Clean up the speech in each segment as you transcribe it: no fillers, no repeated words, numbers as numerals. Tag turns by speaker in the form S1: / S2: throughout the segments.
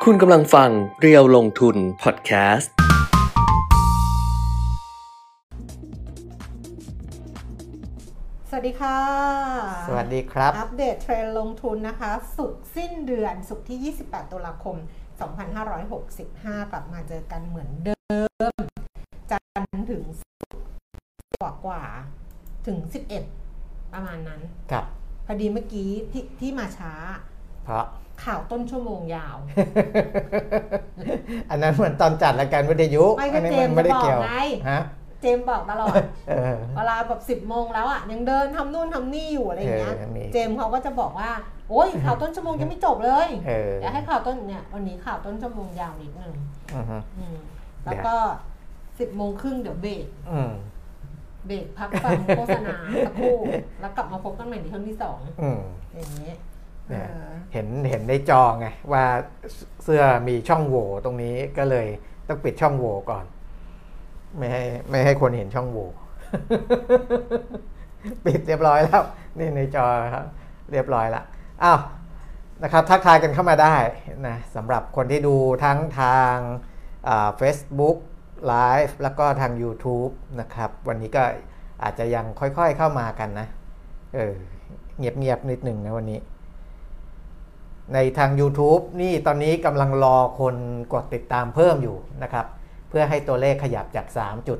S1: คุณกำลังฟังเรียวลงทุนพอดแคสต์
S2: สวัสดีค่ะ
S3: สวัสดีครับ
S2: อัปเดตเทรนด์ลงทุนนะคะศุกร์สิ้นเดือนศุกร์ที่28ตุลาคม2565กลับมาเจอกันเหมือนเดิมจันทร์ถึงกว่าถึง11ประมาณนั้น
S3: ครับ
S2: พอดีเมื่อกี้ที่มาช้า
S3: เพราะ
S2: ข่าวต้นชั่วโมงยาว
S3: อันนั้นเหมือนตอนจัดรายการวิทยุ
S2: ไม่ก็เจมส์
S3: ไม่ได้
S2: บอก
S3: เกี่ยว
S2: ไงเจมส์บอกตลอดเวลาแบบ10 โมงแล้วอ่ะยังเดินทำนู่นทำนี่อยู่อะไรอย่างเงี้ยเจมส์เขาก็จะบอกว่าโอ๊ยข่าวต้นชั่วโมงยังไม่จบเลยอยากให้ข่าวต้นเนี่ยวันนี้ข่าวต้นชั่วโมงยาวนิดนึงแล้วก็10 โมงครึ่งเดี๋ยวเบรกพักฟังโฆษณาสักครู่แล้วกลับมาพบกันใหม่ในช่วงที่2อย่างนี้
S3: เห็นในจอไงว่าเสื้อมีช่องโหว่ตรงนี้ก็เลยต้องปิดช่องโหว่ก่อนไม่ให้คนเห็นช่องโหว่ปิดเรียบร้อยแล้วนี่ในจอครับเรียบร้อยละอ้าวนะครับทักทายกันเข้ามาได้นะสำหรับคนที่ดูทั้งทางFacebook Live แล้วก็ทาง YouTube นะครับวันนี้ก็อาจจะยังค่อยๆเข้ามากันนะเงียบๆนิดหนึ่งนะวันนี้ในทาง YouTube นี่ตอนนี้กำลังรอคนกดติดตามเพิ่มอยู่นะครับเพื่อให้ตัวเลขขยับจาก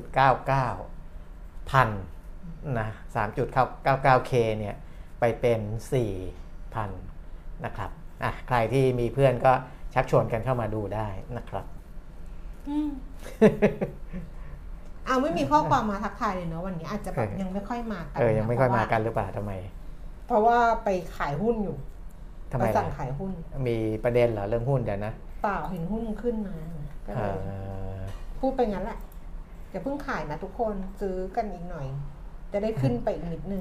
S3: 3.99 พันนะ 3.99K เนี่ยไปเป็น 4,000 นะครับใครที่มีเพื่อนก็ชักชวนกันเข้ามาดูได้นะครับ
S2: ไม่มีข้อความมาทักทายเลยเนาะวันนี้อาจจะแบบยังไม่ค่อยมากัน
S3: ยังไม่ค่อยมากันหรือเปล่าทำไม
S2: เพราะว่าไปขายหุ้นอยู่
S3: ทำไม
S2: สั่งขายหุ้น
S3: มีประเด็นเหรอเรื่องหุ้นเดี๋ยวนะ
S2: เปล่าเห็นหุ้นขึ้นมาก็เลยพูดไปงั้นแหละอย่าเพิ่งขายนะทุกคนซื้อกันอีกหน่อยจะได้ขึ้นไปอีกนิดนึง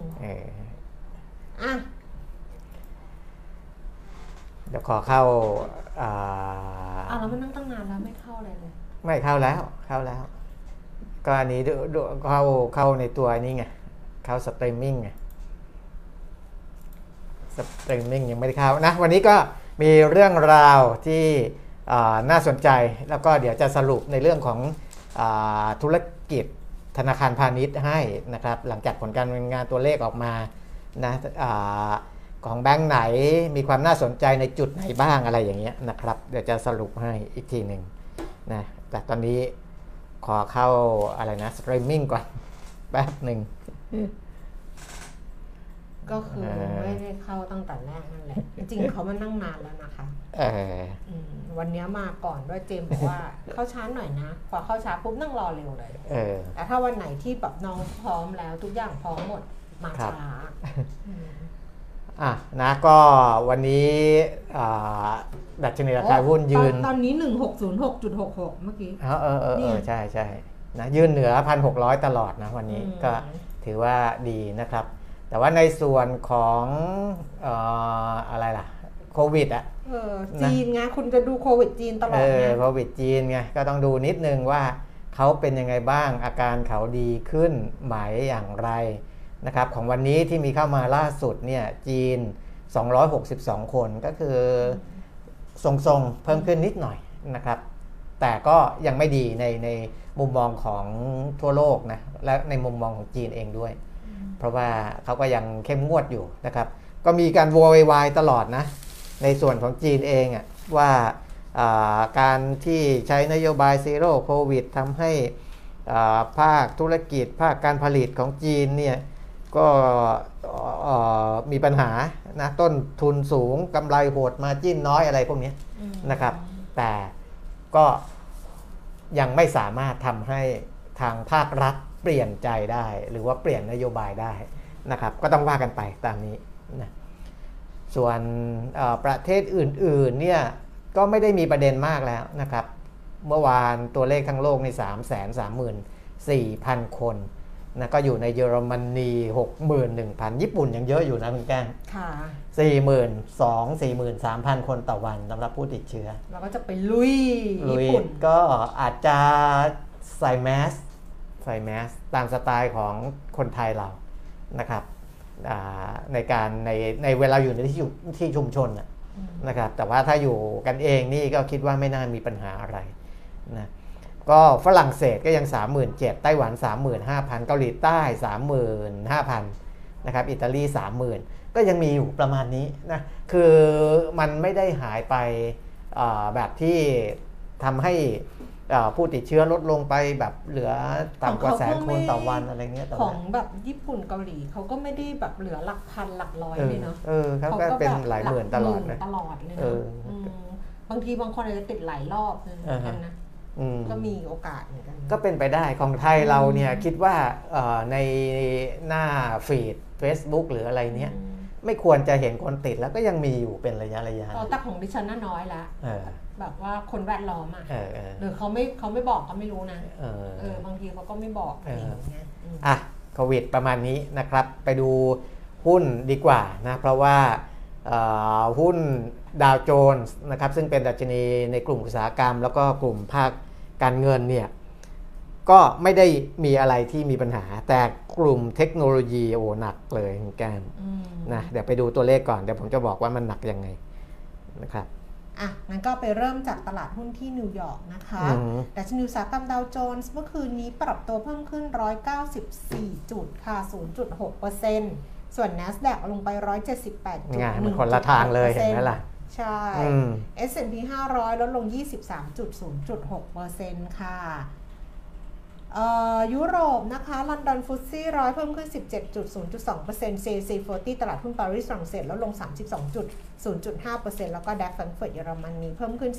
S3: เดี๋ยวขอเข้า
S2: แล้วมันนั่งตั้งนานแล้วไม่เข้าอะไรเลย
S3: ไม่เข้าแล้วก็อันนี้เข้าในตัวนี้ไงเข้าสตรีมมิ่งไงสตรีมมิ่งยังไม่ได้เข้านะวันนี้ก็มีเรื่องราวที่น่าสนใจแล้วก็เดี๋ยวจะสรุปในเรื่องของธุรกิจธนาคารพาณิชย์ให้นะครับหลังจากผลการดำเนินงานตัวเลขออกมานะของแบงค์ไหนมีความน่าสนใจในจุดไหนบ้างอะไรอย่างเงี้ยนะครับเดี๋ยวจะสรุปให้อีกทีหนึ่งนะแต่ตอนนี้ขอเข้าอะไรนะสตรีมมิ่งก่อนแป๊บหนึ่ง
S2: ก็คือไม่ได้เข้าตั้งแต่แรกนั่นแหละจริงๆเขามานั่งนานแล้วนะคะวันนี้มาก่อนด้วยเจมบอกว่าเข้าช้าหน่อยนะพอเข้าช้าปุ๊บนั่งรอเร็วเลยแต่ถ้าวันไหนที่แบบน้องพร้อมแล้วทุกอย่างพร้อมหมดมาช้า
S3: นะก็วันนี้ดัชนีราคาหุ้นยืน
S2: ตอนนี้ 1606.66 เมื่อกี้
S3: ใช่นะยืนเหนือ 1,600 ตลอดนะวันนี้ก็ถือว่าดีนะครับแต่ว่าในส่วนของอะไรล่ะโควิด
S2: จีนไงคุณจะดูโควิดจีนตลอดไง
S3: โควิดจีนไงก็ต้องดูนิดนึงว่าเขาเป็นยังไงบ้างอาการเขาดีขึ้นไหมอย่างไรนะครับของวันนี้ที่มีเข้ามาล่าสุดเนี่ยจีน262คนก็คือทรงๆเพิ่มขึ้นนิดหน่อยนะครับแต่ก็ยังไม่ดีในมุมมองของทั่วโลกนะและในมุมมองของจีนเองด้วยเพราะว่าเขาก็ยังเข้มงวดอยู่นะครับก็มีการโวยวายตลอดนะในส่วนของจีนเองว่าการที่ใช้นโยบายซีโร่โควิดทำให้ภาคธุรกิจภาคการผลิตของจีนเนี่ยก็มีปัญหานะต้นทุนสูงกำไรโหดมาจิ้นน้อยอะไรพวกนี้นะครับแต่ก็ยังไม่สามารถทำให้ทางภาครัฐเปลี่ยนใจได้หรือว่าเปลี่ยนนโยบายได้นะครับก็ต้องว่ากันไปตามนี้นะส่วนประเทศอื่นๆเนี่ยก็ไม่ได้มีประเด็นมากแล้วนะครับเมื่อวานตัวเลขทั้งโลกใน 334,000 คนนะก็อยู่ในเยอรมนี 61,000 ญี่ปุ่นยังเยอะอยู่นะคุณแก้ง
S2: ค่ะ
S3: 43,000 คนต่อวันสำหรับผู้ติดเชื้อ
S2: เราก็จะไปลุยญี่ปุ่น
S3: ก็อาจจะใส่แมสตามสไตล์ของคนไทยเรานะครับในการในเวลาอยู่ในที่ชุมชนนะครับแต่ว่าถ้าอยู่กันเองนี่ก็คิดว่าไม่น่ามีปัญหาอะไรนะก็ฝรั่งเศสก็ยัง 37,000 ไต้หวัน 35,000 เกาหลีใต้ 35,000 นะครับอิตาลี 30,000 ก็ยังมีอยู่ประมาณนี้นะคือมันไม่ได้หายไปแบบที่ทำให้ผู้ติดเชื้อลดลงไปแบบเหลือต่ำกว่าแสนคนต่อวันอะไรเงี้ย
S2: ของแบบญี่ปุ่นเกาหลีเขาก็ไม่ได้แบบเหลือหลักพันหลักร้อยเลยเนาะ
S3: เขาก็เป็นหลายหมื่นตลอดเลย
S2: บางทีบางคนอาจจะติดหลายรอบกันนะก็มีโอกาสเหมือนกัน
S3: ก็เป็นไปได้ของไทยเราเนี่ยคิดว่าในหน้าฟีด Facebook หรืออะไรเนี้ยไม่ควรจะเห็นคนติดแล้วก็ยังมีอยู่เป็นระยะ
S2: แต่ของดิฉันน่าน้อยละแบบว่าคนแวดล้อมหรือเขาไม่บอกก็ไม่รู้นะบางทีเขาก็ไม่บอกอะไรอย่างเงี้ย
S3: โควิดประมาณนี้นะครับไปดูหุ้นดีกว่านะเพราะว่าหุ้นดาวโจนส์นะครับซึ่งเป็นดัชนีในกลุ่มอุตสาหกรรมแล้วก็กลุ่มภาคการเงินเนี่ยก็ไม่ได้มีอะไรที่มีปัญหาแต่กลุ่มเทคโนโลยีหนักเลยแกมนะเดี๋ยวไปดูตัวเลขก่อนเดี๋ยวผมจะบอกว่ามันหนักยังไงนะครับ
S2: งั้นก็ไปเริ่มจากตลาดหุ้นที่นิวยอร์กนะคะดัชนีอุตสาหกรรมดาวโจนส์เมื่อคืนนี้ปรับตัวเพิ่มขึ้น194จุดค่ะ 0.6%ส่วน NASDAQ ลงไป178จุด
S3: มันคนละทางเลยเห็นไหมล่ะ
S2: ใช่ S&P 500ลดลง 23.0.6% ค่ะยุโรปนะคะลอนดอนฟุตซี่100เพิ่มขึ้น 17.0.2% CAC 40ตลาดหุ้นปารีสฝรั่งเศสลดลง 32.0.5% แล้วก็ดัคแฟรงก์เฟิร์ตเยอรมนีเพิ่มขึ้น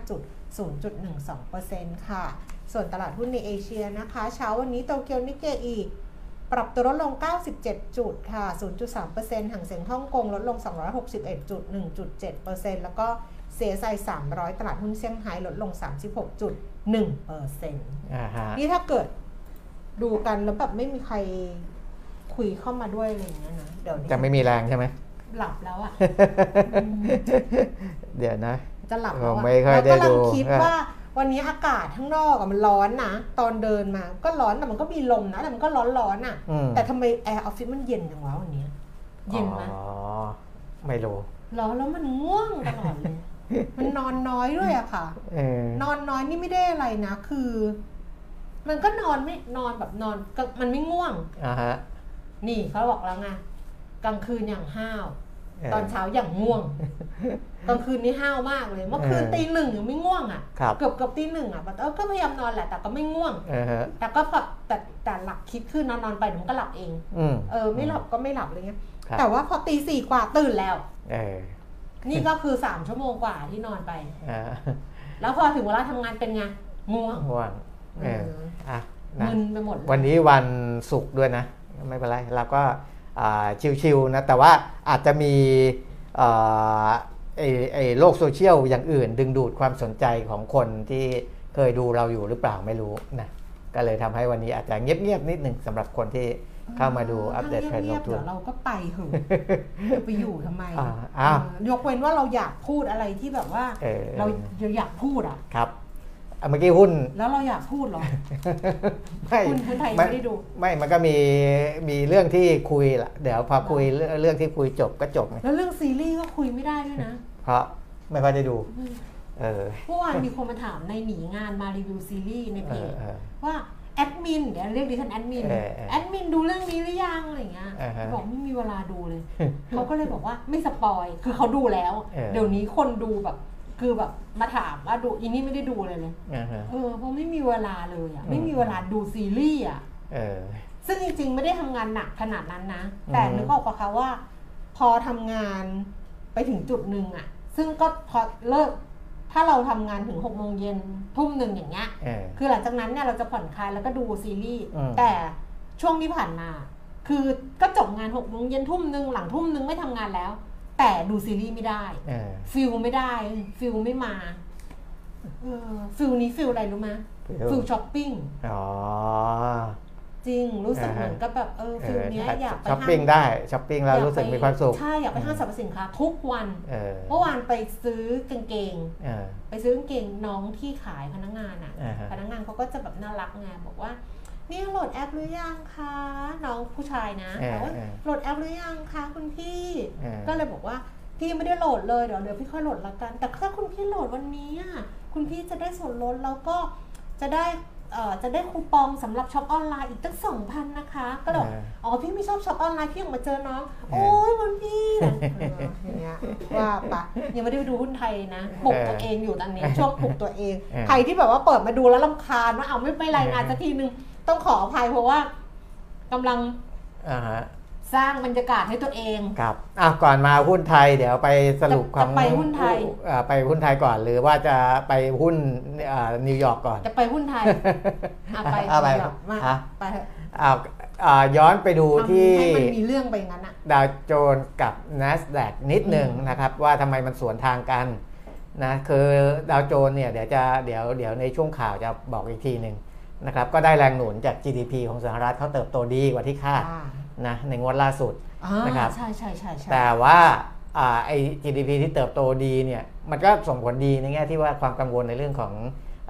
S2: 15.0.12% ค่ะส่วนตลาดหุ้นในเอเชียนะคะเช้าวันนี้โตเกียวนิกเกอิปรับตัวลดลง97จุดค่ะ 0.3% ห่างเสียงฮ่องกงลดลง 261.1.7% แล้วก็ CSI 300ตลาดหุ้นเซี่ยงไฮ้ลดลง 36.1% นี่ถ้าเกิดดูกันแล้วแบบไม่มีใครคุยเข้ามาด้วยอะไรอย่างเงี้ยนะเดี๋ยว
S3: จะไม่มีแรงใช่ไหม
S2: หลับแล้วอ่ะ
S3: เดี๋ยวนะ
S2: จะหลับแล้วอ่ะ
S3: แล้วก็เรา
S2: คิดว่าวันนี้อากาศข้างนอกมันร้อนนะตอนเดินมาก็ร้อนแต่มันก็มีลมนะแต่มันก็ร้อนอ่ะแต่ทำไมแอร์ออฟฟิศมันเย็นจังวะวันนี้เย็นไหม
S3: ไม่รู้
S2: ร้อนแล้วมันง่วงตลอดเลยมันนอนน้อยด้วยอะค่ะนอนน้อยนี่ไม่ได้อะไรนะคือมันก็นอนไม่นอนแบบนอนมันไม่ง่วงนี่เขาบอกแล้วไงกลางคืนอย่างห้าวตอนเช้าอย่างง่วงกลางคืนนี่ห้าวมากเลยเมื่อคืนตีหนึ่งยังไม่ง่วงอ่ะเกือบตีหนึ่งอ่ะก็พยายามนอนแหละแต่ก็ไม่ง่วงแต่ก็แต่หลักคิดคือนอนไปมันก็หลับเองไม่หลับก็ไม่หลับอะไรเงี้ยแต่ว่าพอตีสี่กว่าตื่นแล้วนี่ก็คือ3ชั่วโมงกว่าที่นอนไปแล้วพอถึงเวลาทำงานเป็นไงง่วงมึนไปหมด
S3: วันนี้วันศุกร์ด้วยนะไม่เป็นไรเราก็ชิวๆนะแต่ว่าอาจจะมีโลกโซเชียลอย่างอื่นดึงดูดความสนใจของคนที่เคยดูเราอยู่หรือเปล่าไม่รู้นะก็เลยทำให้วันนี้อาจจะเงียบๆนิดนึงสำหรับคนที่เข้ามาดูอัปเดตแผนลงทุน
S2: เราก็ไปเหอะจะไปอยู่ทำไมยกเว้นว่าเราอยากพูดอะไรที่แบบว่าเราอยากพูดอ่ะ
S3: ครับเมื่อกี้หุ้น
S2: แล้วเราอยากพูดหรอหุ้นไทยไม่ได้ดู
S3: ไม่มันก็มีเรื่องที่คุยละเดี๋ยวพอคุยเรื่องที่คุยจบก็จบ
S2: แล้วเรื่องซีรีส์ก็คุยไม่ได้ด้วยนะ
S3: เพราะไม่ค่อยได้ดู
S2: เมื่อวานมีคนมาถามในหนีงานมารีวิวซีรีส์ในเพจว่าแอดมินเดี๋ยวเรียกดิฉันแอดมินดูเรื่องนี้หรือยังอะไรเงี้ยบอกไม่มีเวลาดูเลยเขาก็เลยบอกว่าไม่สปอยคือเขาดูแล้วเดี๋ยวนี้คนดูแบบคือแบบมาถามว่าดูอีนี่ไม่ได้ดูเลยเพราะไม่มีเวลาเลยอ่ะไม่มีเวลาดูซีรีส์อ่ะซึ่งจริงๆไม่ได้ทำงานหนักขนาดนั้นนะแต่นึกออกปะคะว่าพอทำงานไปถึงจุดนึงอ่ะซึ่งก็พอเลิกถ้าเราทำงานถึง6 โมงเย็นทุ่มหนึ่งอย่างเงี้ยคือหลังจากนั้นเนี่ยเราจะผ่อนคลายแล้วก็ดูซีรีส์แต่ช่วงที่ผ่านมาคือก็จบงาน6 โมงเย็นทุ่มหนึ่งหลังทุ่มหนึ่งไม่ทำงานแล้วแต่ดูซีรีส์ไม่ได้ฟิลไม่ได้ฟิลไม่มาฟิลนี้ฟิลอะไรรู้ไหมฟิลช้อปปิ้งจริงรู้สึกเหมือนกับแบบฟิลนี้อยากไป
S3: ช้อปปิ้งได้ช้อปปิ้งแล้วรู้สึกมีความสุข
S2: ใช่อยากไปห้างสรรพสินค้าทุกวันเมื่อวานไปซื้อกางเกงไปซื้อกางเกงน้องที่ขายพนักงานอ่ะพนักงานเขาก็จะแบบน่ารักไงบอกว่านี่โหลดแอปหรือยังคะน้องผู้ชายนะบอกว่าโหลดแอปหรือยังคะคุณพี่ก็เลยบอกว่าพี่ไม่ได้โหลดเลยเดี๋ยวพี่ค่อยโหลดละกันแต่ถ้าคุณพี่โหลดวันนี้คุณพี่จะได้ส่วนลดแล้วก็จะได้คูปองสำหรับช็อปออนไลน์อีกตั้ง 2,000 นะคะก็เลยพี่ไม่ชอบช็อปออนไลน์พี่อยากมาเจอน้องโอ้ยคุณพี่อย่างเงี้ยว่าปะยังไม่ได้ดูหุ้นไทยนะปลุกตัวเองอยู่ตอนนี้ช่วงปลุกตัวเองใครที่แบบว่าเปิดมาดูแล้วรำคาญว่าเอาไม่รายงานสักทีนึงต้องขออภัยเพราะว่ากำลังสร้างบรรยากาศให้ตัวเอง
S3: ครับก่อนมาหุ้นไทยเดี๋ยวไปสรุปของ
S2: ไปหุ้นไทย
S3: ไปหุ้นไทยก่อนหรือว่าจะไปหุ้นนิวยอร์กก่อน
S2: จะไปหุ้นไทยไปนิวยอร์กมาไป
S3: ย้อนไปดูที่
S2: ให้มันมีเรื่องไปงั้น
S3: ดาวโจนส์กับ NASDAQ นิดหนึ่งนะครับว่าทำไมมันสวนทางกันนะคือดาวโจนส์เนี่ยเดี๋ยวในช่วงข่าวจะบอกอีกทีหนึ่งนะครับก็ได้แรงหนุนจาก GDP ของสหรัฐเขาเติบโตดีกว่าที่คาดนะในงวดล่าสุดนะครับ
S2: ใช่
S3: แต่ว่าไอ้ GDP ที่เติบโตดีเนี่ยมันก็ส่งผลดีในแง่ที่ว่าความกังวลในเรื่องของ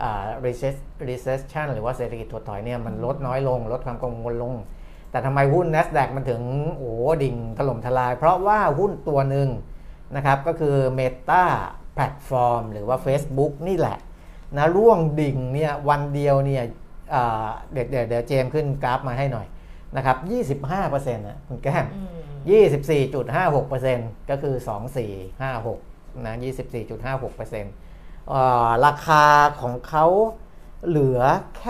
S3: recession หรือว่าเศรษฐกิจถดถอยเนี่ยมันลดน้อยลงลดความกังวลลงแต่ทำไมหุ้น NASDAQ มันถึงดิ่งถล่มทลายเพราะว่าหุ้นตัวหนึ่งนะครับก็คือ Meta Platform หรือว่า Facebook นี่แหละนะร่วงดิ่งเนี่ยวันเดียวเนี่ยเดี๋ยวเจมขึ้นกราฟมาให้หน่อยนะครับ 25% นะคุณแก้ม 24.56% ก็คือ 2456นะ 24.56% ราคาของเขาเหลือแค่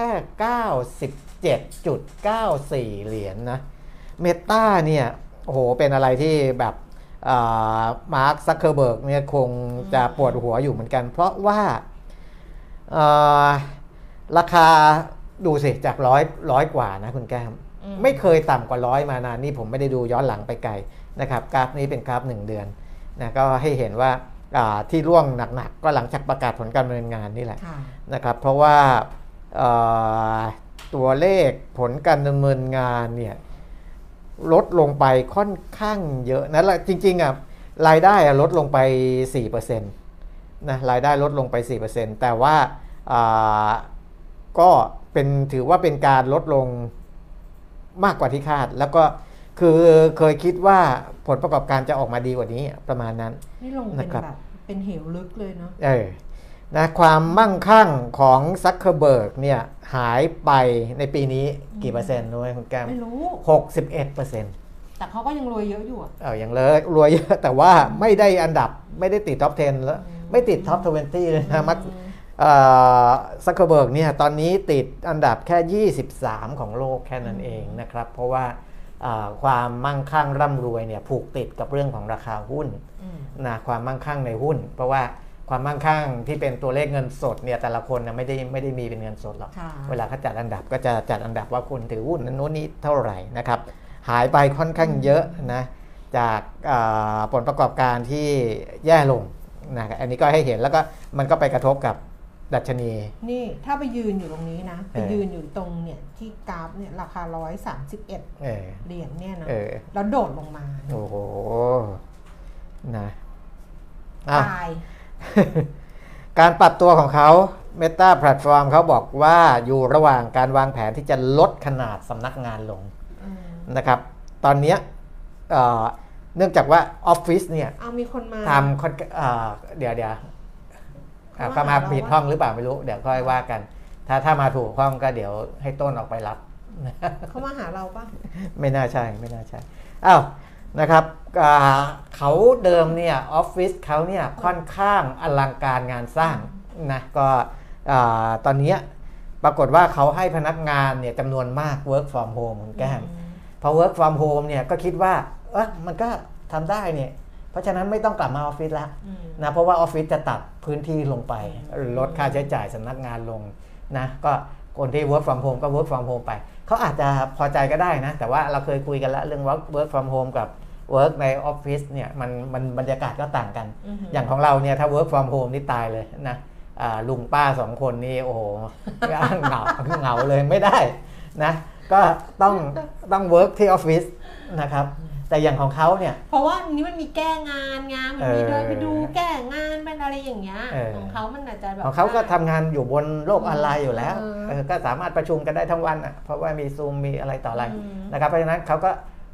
S3: 97.94 เหรียญนะเมตาเนี่ยโอ้โหเป็นอะไรที่แบบมาร์ค ซักเคอร์เบิร์กเนี่ยคงจะปวดหัวอยู่เหมือนกันเพราะว่าราคาดูสิจากร้อยกว่านะคุณแก้มไม่เคยต่ำกว่า100มานานนี่ผมไม่ได้ดูย้อนหลังไปไกลนะครับกราฟนี้เป็นกราฟ1เดือนนะก็ให้เห็นว่าที่ร่วงหนักๆก็หลังจากประกาศผลการดำเนินงานนี่แหละนะครับเพราะว่าตัวเลขผลการดำเนินงานเนี่ยลดลงไปค่อนข้างเยอะนะจริงๆรายได้ลดลงไป 4% นะรายได้ลดลงไป 4% แต่ว่าก็ถือว่าเป็นการลดลงมากกว่าที่คาดแล้วก็คือเคยคิดว่าผลประกอบการจะออกมาดีกว่านี้ประมาณนั้น
S2: นี่ลงเป็นแบบเป็นเหวลึกเลยเนาะ
S3: นะความมั่งคั่งของซักเคอร์เบิร์กเนี่ยหายไปในปีนี้กี่เปอร์เซ็นต์รู้ไหมคุณแก้ม
S2: ไม่รู้
S3: 61%
S2: แต่เขาก็ยังรวยเยอะอยู่
S3: ยังเลยรวยเยอะแต่ว่าไม่ได้อันดับไม่ได้ติดท็อป 10แล้วไม่ติดท็อป 20เลยนะซักเคอร์เบิร์กเนี่ยตอนนี้ติดอันดับแค่23ของโลกแค่นั้นเองนะครับเพราะว่าความมั่งคั่งร่ำรวยเนี่ยผูกติดกับเรื่องของราคาหุ้นนะความมั่งคั่งในหุ้นเพราะว่าความมั่งคั่งที่เป็นตัวเลขเงินสดเนี่ยแต่ละคนไม่ได้มีเป็นเงินสดหรอกเวลาเขาจัดอันดับก็จะจัดอันดับว่าคุณถือหุ้นนั้นโน้นนี้เท่าไหร่นะครับหายไปค่อนข้างเยอะนะจากผลประกอบการที่แย่ลงนะอันนี้ก็ให้เห็นแล้วก็มันก็ไปกระทบกับดัชนี
S2: นี่ถ้าไปยืนอยู่ตรงนี้นะไปยืนอยู่ตรงเนี่ยที่กราฟเนี่ยราคา131เหรียญเนี่ยนะแล้วโดดลงมา
S3: โอ้โหนะ
S2: ตาย
S3: การปรับตัวของเขา Meta Platform เขาบอกว่าอยู่ระหว่างการวางแผนที่จะลดขนาดสำนักงานลงนะครับตอนนี้เนื่องจากว่าออฟฟิศเนี่ย
S2: มีคนมา
S3: ทำเดี๋ยวเขามาผิดห้องหรือเปล่าไม่รู้เดี๋ยวค่อยว่ากันถ้ามาถูกห้องก็เดี๋ยวให้ต้นออกไปรับ
S2: เขามาหาเราป่ะ
S3: ไม่น่าใช่อ้าวนะครับเขาเดิมเนี่ยออฟฟิศเขาเนี่ยค่อนข้างอลังการงานสร้างนะก็ตอนนี้ปรากฏว่าเขาให้พนักงานเนี่ยจำนวนมาก work from home คุณแก้มพอ work from home เนี่ยก็คิดว่ามันก็ทำได้เนี่ยเพราะฉะนั้นไม่ต้องกลับมาออฟฟิศแล้วนะเพราะว่าออฟฟิศจะตัดพื้นที่ลงไปลดค่าใช้จ่ายสำนักงานลงนะก็คนที่ work from home ก็ work from home ไปเขาอาจจะพอใจก็ได้นะแต่ว่าเราเคยคุยกันแล้วเรื่อง work from home กับ work ในออฟฟิศเนี่ยมันบรรยากาศก็ต่างกันอย่างของเราเนี่ยถ้า work from home นี่ตายเลยนะลุงป้า2คนนี่โอ้โหเหงาเลยไม่ได้นะก็ต้อง work ที่ออฟฟิศนะครับแต่อย่างของเขาเนี่ย
S2: เพราะว่านี้มันมีแก้งานมันมีเดินไปดูแก้งานเป็นอะไรอย่างเงี้ยของเขามันอาจจะแบบ
S3: ของเขาก็ทำงานอยู่บนโลกออนไลน์อยู่แล้วก็สามารถประชุมกันได้ทั้งวันเพราะว่ามีซูมมีอะไรต่ออะไรนะครับเพราะฉะนั้นเขาก็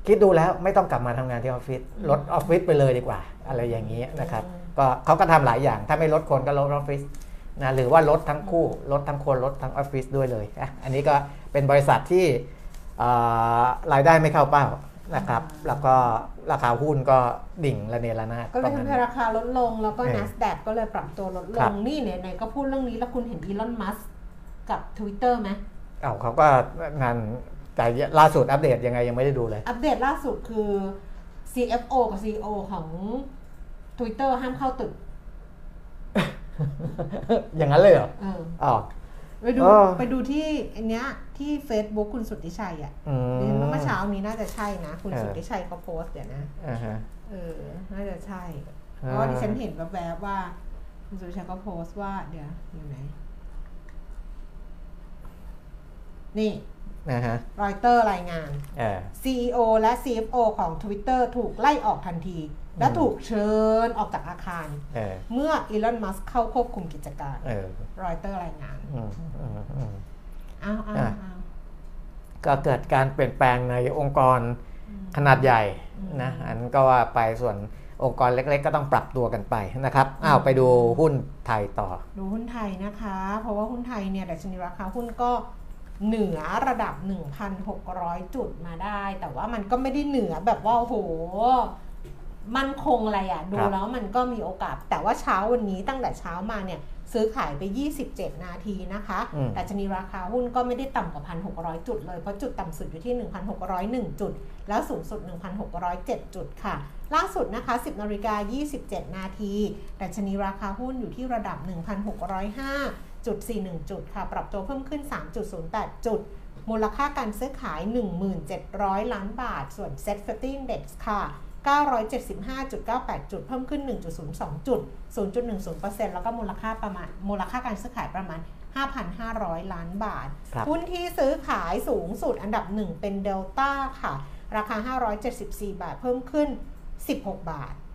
S3: คิดดูแล้วไม่ต้องกลับมาทำงานที่ออฟฟิศลดออฟฟิศไปเลยดีกว่าอะไรอย่างนี้นะครับก็เขาก็ทำหลายอย่างถ้าไม่ลดคนก็ลดออฟฟิศนะหรือว่าลดทั้งคู่ลดทั้งคนลดทั้งออฟฟิศด้วยเลยอันนี้ก็เป็นบริษัทที่รายได้ไม่เข้าเป้านะครับแล้วก็ราคาหุ้นก็ดิ่งระเนระนาด
S2: ก็เลยทำให้ราคาลดลงแล้วก็ NASDAQ ก็เลยปรับตัวลดลงนี่ไหนๆก็พูดเรื่องนี้แล้วคุณเห็นอีลอนมัสก์กับ Twitter ไหม
S3: เขาก็งานแต่ล่าสุดอัปเดตยังไงยังไม่ได้ดูเลย
S2: อัปเดตล่าสุดคือ CFO กับ CEO ของ Twitter ห้ามเข้าตึก
S3: อย่างนั้นเลยเหรอ
S2: ไปดูที่อันเนี้ยที่ Facebook คุณสุทธิชัยเมื่อเช้านี้น่าจะใช่นะคุณสุทธิชัยเขาโพสต์เดี๋ยวนะน่าจะใช่เพราะดิฉันเห็นแวบๆว่าคุณสุทธิชัยก็โพสต์ว่าเดี๋ยวอยู่ไหนนี่รอยเตอร์รายงาน CEO และ CFO ของ Twitter ถูกไล่ออกทันทีและถูกเชิญออกจากอาคารเมื่ออีลอนมัสก์เข้าควบคุมกิจการรอยเตอร์รายงาน
S3: ก็เกิดการเปลี่ยนแปลงในองค์กรขนาดใหญ่นะอันก็ว่าไปส่วนองค์กรเล็กๆก็ต้องปรับตัวกันไปนะครับไปดูหุ้นไทยต่อ
S2: ดูหุ้นไทยนะคะเพราะว่าหุ้นไทยเนี่ยดัชนีราคาหุ้นก็เหนือระดับ 1,600 จุดมาได้แต่ว่ามันก็ไม่ได้เหนือแบบว่าโอ้โหมั่นคงอะไรดูแล้วมันก็มีโอกาสแต่ว่าเช้าวันนี้ตั้งแต่เช้ามาเนี่ยซื้อขายไป27นาทีนะคะดัชนีราคาหุ้นก็ไม่ได้ต่ำกว่า 1,600 จุดเลยเพราะจุดต่ำสุดอยู่ที่ 1,601 จุดแล้วสูงสุด 1,607 จุดค่ะล่าสุดนะคะ 10:27 นาทีดัชนีราคาหุ้นอยู่ที่ระดับ 1,605.41 จุดค่ะปรับตัวเพิ่มขึ้น 3.08 จุดมูลค่าการซื้อขาย 1,700 ล้านบาทส่วน Set 50 Index ค่ะ975.98 จุดเพิ่มขึ้น 1.02 จุด 0.10% แล้วก็มูลค่าการซื้อขายประมาณ 5,500 ล้านบาทหุ้นที่ซื้อขายสูงสุดอันดับ1เป็นเดลต้าค่ะราคา574 บาทเพิ่มขึ้น16 บาท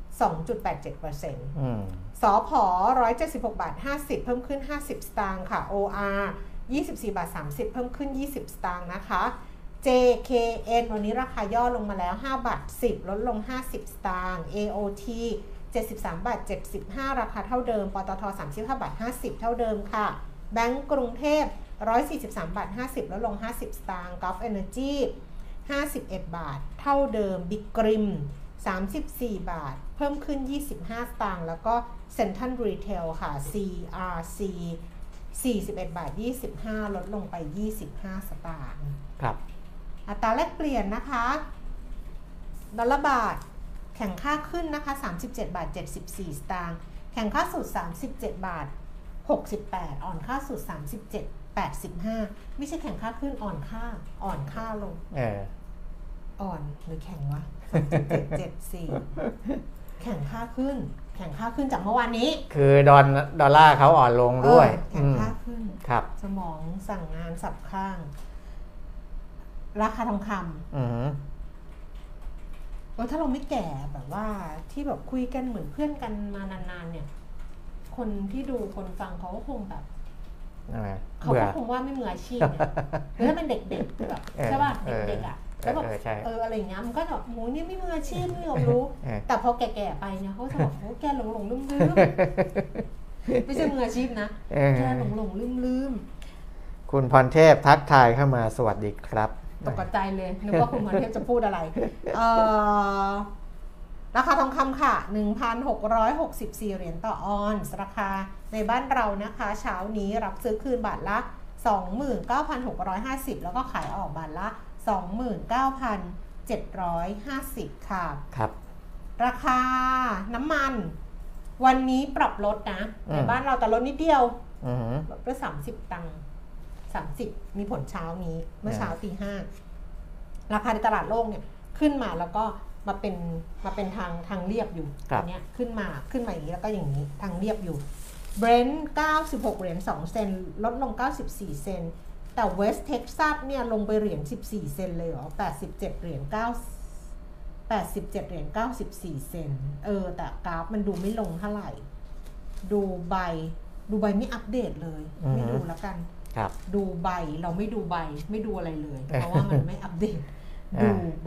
S2: 2.87% สผ176 บาท50เพิ่มขึ้น50สตางค์ค่ะ OR 24 บาท30เพิ่มขึ้น20สตางค์นะคะ JKN วันนี้ราคาย่อลงมาแล้ว5บาท10ลดลง50สตางค์ AOT 73บาท75ราคาเท่าเดิมปตท35บาท50เท่าเดิมค่ะแบงก์กรุงเทพ143บาท50ลดลง50สตางค์ Gulf Energy 51บาทเท่าเดิม Big Grim 34บาทเพิ่มขึ้น25สตางค์แล้วก็ Central Retail ค่ะ CRC 41บาท25ลดลงไป25สตางค์
S3: ครับ
S2: อัตราแลกเปลี่ยนนะคะดอลลาร์บาทแข่งค่าขึ้นนะคะ37บาท74สตางค์แข่งค่าสุด37บาท68อ่อนค่าสุด37 85ไม่ใช่แข่งค่าขึ้นอ่อนค่าลงอ่อนหรือแข่งวะ3774แข่งค่าขึ้นจากเมื่อวานนี้
S3: คือดอลลาร์เขาอ่อนลงด้วย
S2: แข่งค่าขึ้น
S3: ครับ
S2: สมองสั่งงานสับข้างราคาทองคำถ้าเราไม่แก่แบบว่าที่แบบคุยกันเหมือนเพื่อนกันมานานๆเนี่ยคนที่ดูคนฟังเขาก็คงแบบเขาก็คงว่าไม่มืออาชีพเนี่ยถ้าเป็นเด็กๆแบบใช่ป่ะเด็กๆแล้วแบบอะไรอย่างเงี้ยมันก็แบบโหนี่ไม่มืออาชีพไม่ยอมรู้แต่พอแก่ๆไปเนี่ยเขาจะบอกโหแกหลงลืมไม่ใช่มืออาชีพนะแกหลงลืม
S3: คุณพรเทพทักทายเข้ามาสวัสดีครับ
S2: ตกใจเลยนึกว่าคุณพรเทพจะพูดอะไรราคาทองคำค่ะ 1,664 เหรียญต่อออนซ์ราคาในบ้านเรานะคะเช้านี้รับซื้อคืนบาทละ 29,650 แล้วก็ขายออกบาทละ 29,750 ค่ะ
S3: ครับ
S2: ราคาน้ำมันวันนี้ปรับลดนะในบ้านเราแต่ลดนิดเดียวลดไป30 ตังค์30มีผลเช้านี้เมื่อเช้าตี 5ราคาในตลาดโลกเนี่ยขึ้นมาแล้วก็มาเป็นทางเรียบอยู่อันนี้ขึ้นมาอย่างนี้แล้วก็อย่างนี้ทางเรียบอยู่ Brent 96เหรียญ2เซนลดลง94เซนแต่ West Texas เนี่ยลงไปเหรียญ14เซนเลยเหรอ87เหรียญ94เซนแต่กราฟมันดูไม่ลงเท่าไหร่ดูใบไม่อัปเดตเลยไม่ดูแล้วกันดูใบเราไม่ดูใบไม่ดูอะไรเลยเพราะว่ามันไม่อัปเดตดูไบ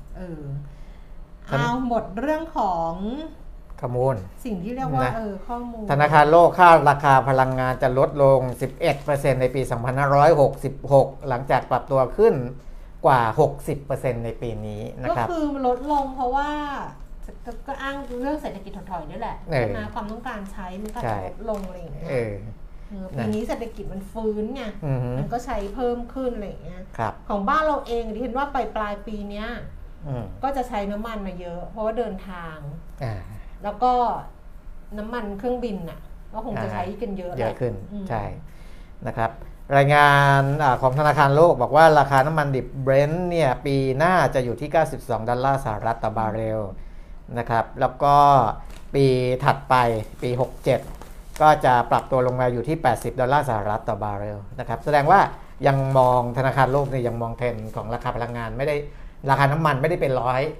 S2: เอาหมดเรื่องของ
S3: ข้อมูล
S2: สิ่งที่เรียกว่าข้อมูล
S3: ธนาคารโลกคาดราคาพลังงานจะลดลง 11% ในปี 2566 หลังจากปรับตัวขึ้นกว่า 60% ในปีนี้นะครับ
S2: ก็คือลดลงเพราะว่าก็อ้างเรื่องเศรษฐกิจถดถอยด้วยแหละนะความต้องการใช้มันก็จะลดลงอะไรอย่างเงี้ยปีนี้เศรษฐกิจมันฟื้นไงมันก็ใช้เพิ่มขึ้นอะไรอย่างเงี้ยของบ้านเราเองดิฉันว่าปลายปีเนี้ยก็จะใช้น้ำมันมาเยอะเพราะว่าเดินทางแล้วก็น้ำมันเครื่องบินน่ะก็คงจะใช้กันเยอะ
S3: ขึ้นใช่นะครับรายงานของธนาคารโลกบอกว่าราคาน้ำมันดิบเบรนท์เนี่ยปีหน้าจะอยู่ที่$92ต่อบาร์เรลนะครับแล้วก็ปีถัดไปปี 67ก็จะปรับตัวลงมาอยู่ที่$80ต่อบาร์เรลนะครับแสดงว่ายังมองธนาคารโลกเนี่ยยังมองเทรนด์ของราคาพลังงานไม่ได้ราคาน้ำมันไม่ได้เป็น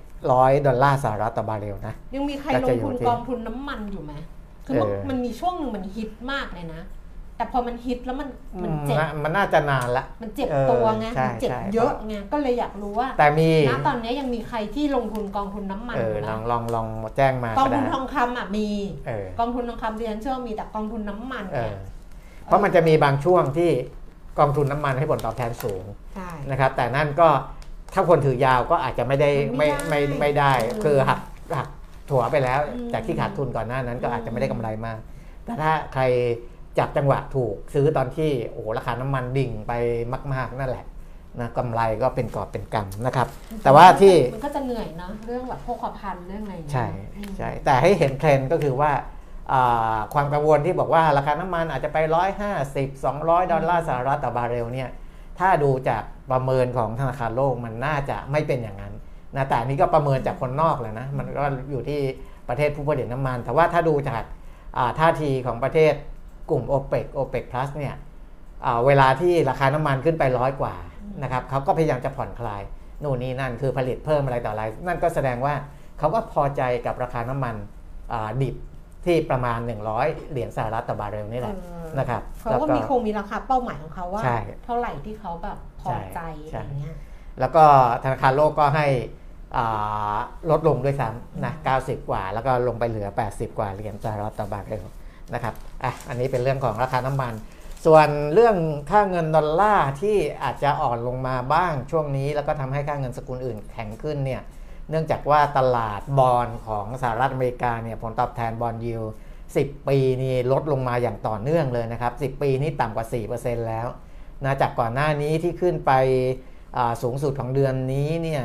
S3: $100ต่อบาร์เรลนะ
S2: ยังมีใครลงทุนกองทุนน้ำมันอยู่ไหมคือมันมีช่วงหนึ่งมันฮิตมากเลยนะแต่พอมันฮิตแล้วมันเจ็บ
S3: มันน่าจะนานละ
S2: มันเจ็บตัวไงมันเจ็บเยอะไงก็เลยอยากรู้ว่า
S3: แต่มี
S2: ณตอนนี้ยังมีใครที่ลงทุนกองทุนน้ำมันอยู่
S3: นะลองแจ้งมาก
S2: องทุนทองคำมีกองทุนทองคำเรียนเชื่อมีแต่กองทุนน้ำมัน
S3: เพราะมันจะมีบางช่วงที่กองทุนน้ำมันให้ผลตอบแทนสูงนะครับแต่นั่นก็ถ้าคนถือยาวก็อาจจะไม่ได้คือหักถั่วไปแล้วจากที่ขาดทุนก่อนหน้านั้นก็อาจจะไม่ได้กำไรมากแต่ถ้าใครจับจังหวะถูกซื้อตอนที่ราคาน้ำมันดิ่งไปมากๆนั่นแหละนะกำไรก็เป็นกอบเป็นกำนะครับแต่ว่าที่
S2: มันก็จะเหนื่อยนะเรื่องแบบโภคภัณฑ์เรื่องอะไร
S3: ใช่แต่ให้เห็นเทรนด์ก็คือว่าความกังวลที่บอกว่าราคาน้ำมันอาจจะไป$150-200ต่อบาร์เรลเนี่ยถ้าดูจากประเมินของธนาคารโลกมันน่าจะไม่เป็นอย่างนั้นนะแต่นี้ก็ประเมินจากคนนอกแหละนะมันก็อยู่ที่ประเทศผู้ผลิตน้ำมันแต่ว่าถ้าดูจากท่าทีของประเทศกลุ่ม OPEC Plus เนี่ยเวลาที่ราคาน้ำมันขึ้นไป100 กว่านะครับเขาก็พยายามจะผ่อนคลายนู่นนี่นั่นคือผลิตเพิ่มอะไรต่ออะไรนั่นก็แสดงว่าเขาก็พอใจกับราคาน้ำมันดิบที่ประมาณ$100ต่อบาร์เรลนี่แหละนะครับ
S2: เขาก็มีราคาเป้าหมายของเขาว่าเท่าไหร่ที่เขาแบบพอใจอย่างเงี้ย
S3: แล้วก็ธนาคารโลกก็ให้ลดลงด้วยซ้ำนะ90 กว่าแล้วก็ลงไปเหลือ$80 กว่าต่อบาร์เรลนะครับอันนี้เป็นเรื่องของราคาน้ำมันส่วนเรื่องค่าเงินดอลลาร์ที่อาจจะอ่อนลงมาบ้างช่วงนี้แล้วก็ทำให้ค่าเงินสกุลอื่นแข็งขึ้นเนี่ยเนื่องจากว่าตลาดบอนด์ของสหรัฐอเมริกาเนี่ยผลตอบแทนบอนด์ยิลด์10 ปีนี่ลดลงมาอย่างต่อเนื่องเลยนะครับ10 ปีนี่ต่ำกว่า 4% แล้วนะจากก่อนหน้านี้ที่ขึ้นไปสูงสุดของเดือนนี้เนี่ย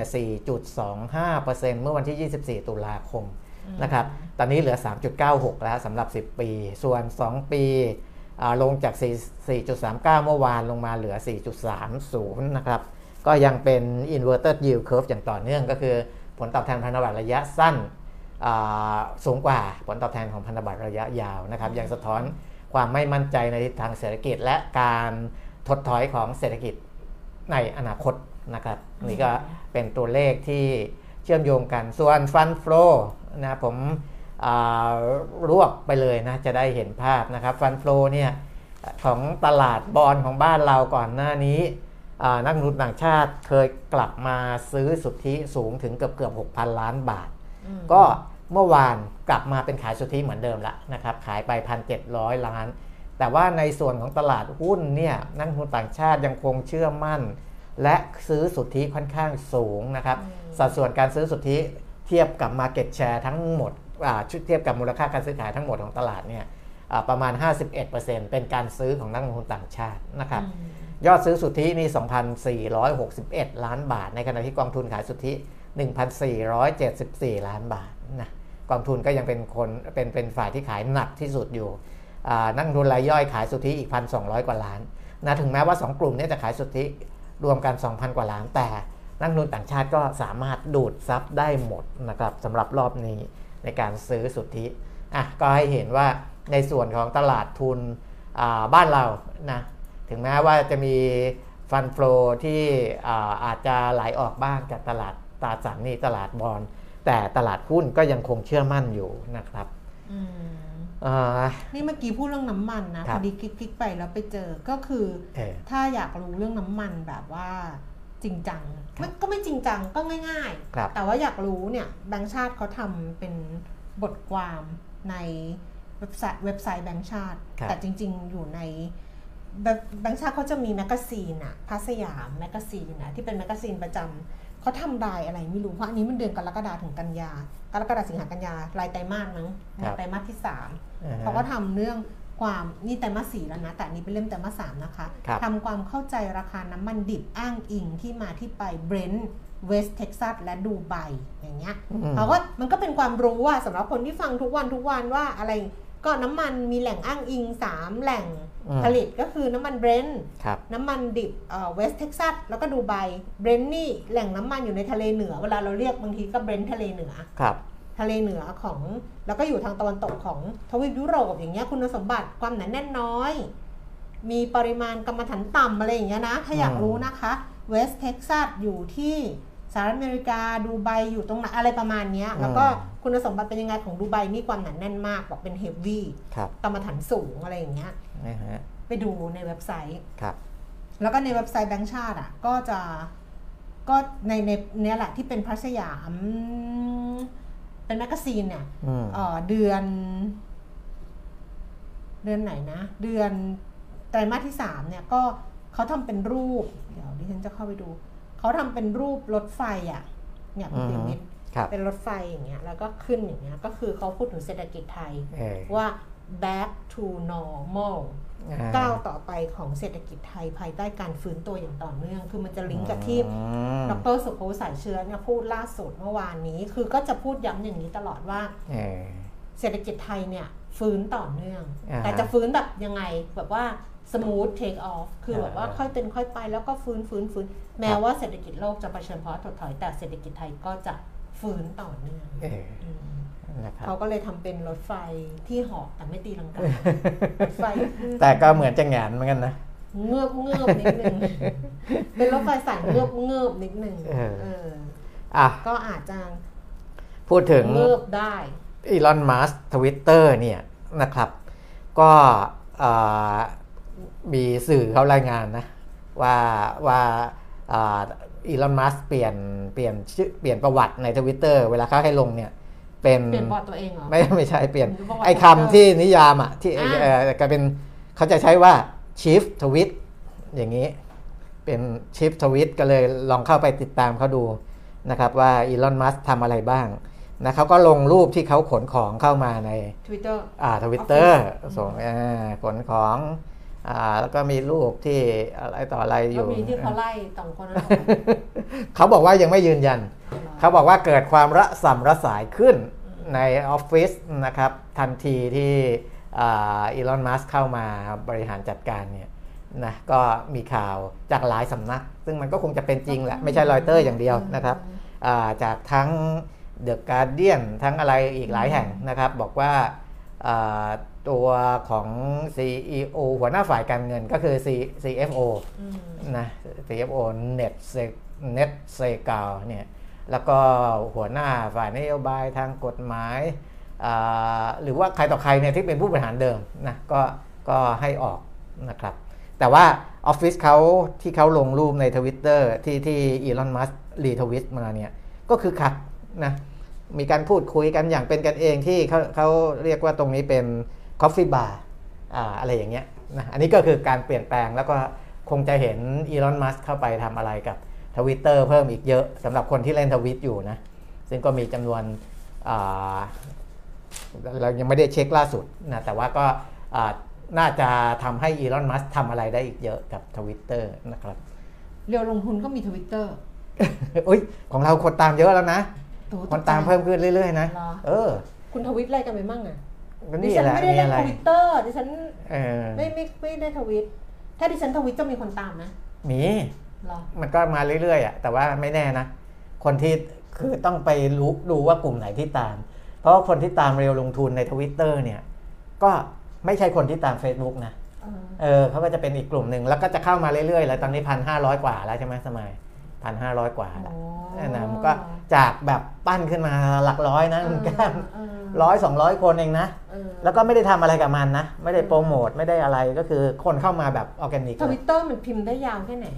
S3: 4.25% เมื่อวันที่ 24 ตุลาคมนะครับตอนนี้เหลือ 3.96 แล้วสำหรับ10 ปีส่วน 2 ปีลงจาก 4.39 เมื่อวานลงมาเหลือ 4.30 นะครับก็ยังเป็น inverted yield curve อย่างต่อเนื่องก็คือผลตอบแทนพันธบัตรระยะสั้นสูงกว่าผลตอบแทนของพันธบัตรระยะยาวนะครับยังสะท้อนความไม่มั่นใจในทิศทางเศรษฐกิจและการถดถอยของเศรษฐกิจในอนาคตนะครับนี่ก็เป็นตัวเลขที่เชื่อมโยงกันส่วน Fund Flow นะผมรวบไปเลยนะจะได้เห็นภาพนะครับ Fund Flow เนี่ยของตลาดบอนด์ของบ้านเราก่อนหน้านี้นักลงทุนต่างชาติเคยกลับมาซื้อสุทธิสูงถึงเกือบ 6,000 ล้านบาทก็เมื่อวานกลับมาเป็นขายสุทธิเหมือนเดิมละนะครับขายไป 1,700 ล้านแต่ว่าในส่วนของตลาดหุ้นเนี่ยนักลงทุนต่างชาติยังคงเชื่อมั่นและซื้อสุทธิค่อนข้างสูงนะครับสัดส่วนการซื้อสุทธิเทียบกับ Market Share ทั้งหมดเทียบกับมูลค่าการซื้อขายทั้งหมดของตลาดเนี่ยประมาณ 51% เป็นการซื้อของนักลงทุนต่างชาตินะครับยอดซื้อสุทธินี่ 2,461 ล้านบาทในขณะที่กองทุนขายสุทธิ 1,474 ล้านบาทนะกองทุนก็ยังเป็นฝ่ายที่ขายหนักที่สุดอยู่นักลงทุนรายย่อยขายสุทธิอีก 1,200 กว่าล้านนะถึงแม้ว่า2กลุ่มนี้จะขายสุทธิรวมกัน 2,000 กว่าล้านแต่นักลงทุนต่างชาติก็สามารถดูดซับได้หมดนะครับสำหรับรอบนี้ในการซื้อสุทธิก็ให้เห็นว่าในส่วนของตลาดทุนบ้านเรานะถึงแม้ว่าจะมีฟันโฟลที่อาจจะไหลออกบ้างจากตลาดตราสารหนี้ตลาดบอนด์แต่ตลาดหุ้นก็ยังคงเชื่อมั่นอยู่นะครับ
S2: นี่เมื่อกี้พูดเรื่องน้ำมันนะพอดีคลิกไปแล้วไปเจอก็คือถ้าอยากรู้เรื่องน้ำมันแบบว่าจริงจังก็ไม่จริงจังก็ง่ายๆแต่ว่าอยากรู้เนี่ยแบงก์ชาติเขาทำเป็นบทความในเว็บไซต์แบงก์ชาติแต่จริงๆอยู่ในแบงก์ชาติเขาจะมีแมกกาซีนอะพัสยามแมกกาซีนอะที่เป็นแมกกาซีนประจำเขาทำรายอะไรไม่รู้เพราะอันนี้มันเดือนกรกฎาคมถึงกันยากรกฎาคมสิงหากันยารายไตรมาสมั้งไตรมาสที่3เขาก็ทำเรื่องความนี่ไตรมาส4แล้วนะแต่นี้เป็นเล่มไตรมาส3นะคะทำความเข้าใจราคาน้ำมันดิบอ้างอิงที่มาที่ไปเบรนท์เวสต์เท็กซัสและดูไบอย่างเงี้ยเขาก็มันก็เป็นความรู้สำหรับคนที่ฟังทุกวันว่าอะไรก็น้ำมันมีแหล่งอ้างอิง3แหล่งผลิตก็คือน้ำมันเบรนท์น้ำมันดิบเวสต์เท็กซัสแล้วก็ดูไบเบรนท์นี่แหล่งน้ำมันอยู่ในทะเลเหนือเวลาเราเรียกบางทีก็เบรนท์ทะเลเหนือทะเลเหนือของแล้วก็อยู่ทางตะวันตกของทวีปยุโรปอย่างเงี้ยคุณสมบัติความหนาแน่นน้อยมีปริมาณกรรมฐานต่ำอะไรอย่างเงี้ยนะถ้าอยากรู้นะคะเวสต์เท็กซัสอยู่ที่สหรัฐอเมริกาดูไบอยู่ตรงไหนอะไรประมาณนี้แล้วก็คุณสมบัติเป็นยังไงของดูไบนี่ความหนาแน่นมากบอกเป็นเฮฟวี่กรรมฐานสูงอะไรอย่างเงี้ยไปดูในเว็บไซต์แล้วก็ในเว็บไซต์แบงก์ชาติก็ในนี้แหละที่เป็นพระสยามเป็นแมกกาซีนเนี่ยเดือนไหนนะเดือนไตรมาสที่3เนี่ยก็เขาทำเป็นรูปเดี๋ยวดิฉันจะเข้าไปดูเขาทำเป็นรูปรถไฟเนี่ยคุณเดวิดเป็นรถไฟอย่างเงี้ยแล้วก็ขึ้นอย่างเงี้ยก็คือเขาพูดถึงเศรษฐกิจไทยว่า back to normal ก้าวต่อไปของเศรษฐกิจไทยภายใต้การฟื้นตัวอย่างต่อเนื่องคือมันจะลิงก์กับที่ดร.สุภวุฒิสายเชื้อเนี่ยพูดล่าสุดเมื่อวานนี้คือก็จะพูดย้ำอย่างนี้ตลอดว่าเศรษฐกิจไทยเนี่ยฟื้นต่อเนื่องแต่จะฟื้นแบบยังไงแบบว่า smooth take off คือแบบว่าค่อยเป็นค่อยไปแล้วก็ฟื้นแม้ว่าเศรษฐกิจโลกจะเผชิญภาวะถดถอยแต่เศรษฐกิจไทยก็จะฟื้นต่อเนื่องเขาก็เลยทำเป็นรถไฟที่เหาะแต่ไม่ตีลังการถไฟ
S3: แต่ก็เหมือนจะแหงนเหมือนกันนะ
S2: เงือบนิดนึงเป็นรถไฟสายเงือบนิดนึงก็อาจจะ
S3: พูดถึง
S2: เงือบได้
S3: อีลอนมัสก์ Twitter เนี่ยนะครับก็มีสื่อเขารายงานนะว่าอีลอนมัสก์เปลี่ยนประวัติใน Twitter เวลาเขาให้ลงเนี่ยเปลี่ยน
S2: บอทตัวเองเหรอ
S3: ไม่ใช่เปลี่ยนไอ้คำที่นิยามที่กลายเป็นเขาจะใช้ว่า Chief Tweet อย่างนี้เป็น Chief Tweet ก็เลยลองเข้าไปติดตามเขาดูนะครับว่าอีลอนมัสก์ทำอะไรบ้างนะเขาก็ลงรูปที่เขาขนของเข้ามาใน Twitter ส่งขนของแล้วก็มีรูปที่อะไรต่ออะไรอยู่
S2: มีที่เขาไล่2คนนั้น
S3: เขาบอกว่ายังไม่ยืนยันเขาบอกว่าเกิดความระส่ำระสายขึ้นในออฟฟิศนะครับทันทีที่อีลอนมัสก์เข้ามาบริหารจัดการเนี่ยนะก็มีข่าวจากหลายสำนักซึ่งมันก็คงจะเป็นจริงแหละไม่ใช่รอยเตอร์อย่างเดียวนะครับจากทั้งThe Guardian ทั้งอะไรอีกหลายแห่งนะครับบอกว่าตัวของ CEO หัวหน้าฝ่ายการเงินก็คือ CFO นะ CFO Ned Segal เนี่ยแล้วก็หัวหน้าฝ่ายนโยบายทางกฎหมายหรือว่าใครต่อใครเนี่ยที่เป็นผู้บริหารเดิมนะก็ให้ออกนะครับแต่ว่าออฟฟิศเขาที่เขาลงรูปใน Twitter ที่อีลอนมัสก์รีทวิตมาเนี่ยก็คือคักนะมีการพูดคุยกันอย่างเป็นกันเองที่เขาเรียกว่าตรงนี้เป็น Coffee Bar อะไรอย่างเงี้ยนะอันนี้ก็คือการเปลี่ยนแปลงแล้วก็คงจะเห็นอีลอนมัสก์เข้าไปทำอะไรกับ Twitter เพิ่มอีกเยอะสำหรับคนที่เล่นทวิตอยู่นะซึ่งก็มีจำนวนเรายังไม่ได้เช็คล่าสุดนะแต่ว่าก็น่าจะทำให้อีลอนมัสก์ทำอะไรได้อีกเยอะกับ Twitter นะครับ
S2: เรียวลงทุนก็มี Twitter
S3: อุ๊ยของเราคนตามเยอะแล้วนะคนตามเพิ่มขึ้นเรื่อยๆนะ
S2: คุณทวิตอะไรกันไปมั่งอ่ะดิฉันไม่ได้เล่น Twitter ดิฉันไม่ได้ทวิตถ้าดิฉันทวิตจะมีคนตามนะ
S3: มีมันก็มาเรื่อยๆแต่ว่าไม่แน่นะคนที่คือต้องไปดูว่ากลุ่มไหนที่ตามเพราะคนที่ตามเรียวลงทุนใน Twitter เนี่ยก็ไม่ใช่คนที่ตาม Facebook นะเขาก็จะเป็นอีกกลุ่มหนึ่งแล้วก็จะเข้ามาเรื่อยๆแล้วตอนนี้ 1,500 กว่าแล้วใช่ไหมสมัย1,500 กว่าแล้วนะมันก็จากแบบปั้นขึ้นมาหลักร้อยนะมันก็100-200 คนเองนะแล้วก็ไม่ได้ทำอะไรกับมันนะไม่ได้โปรโมทไม่ได้อะไรก็คือคนเข้ามาแบบออร์แกนิก
S2: Twitter มันพิมพ์ได้ยาวแค่ไหน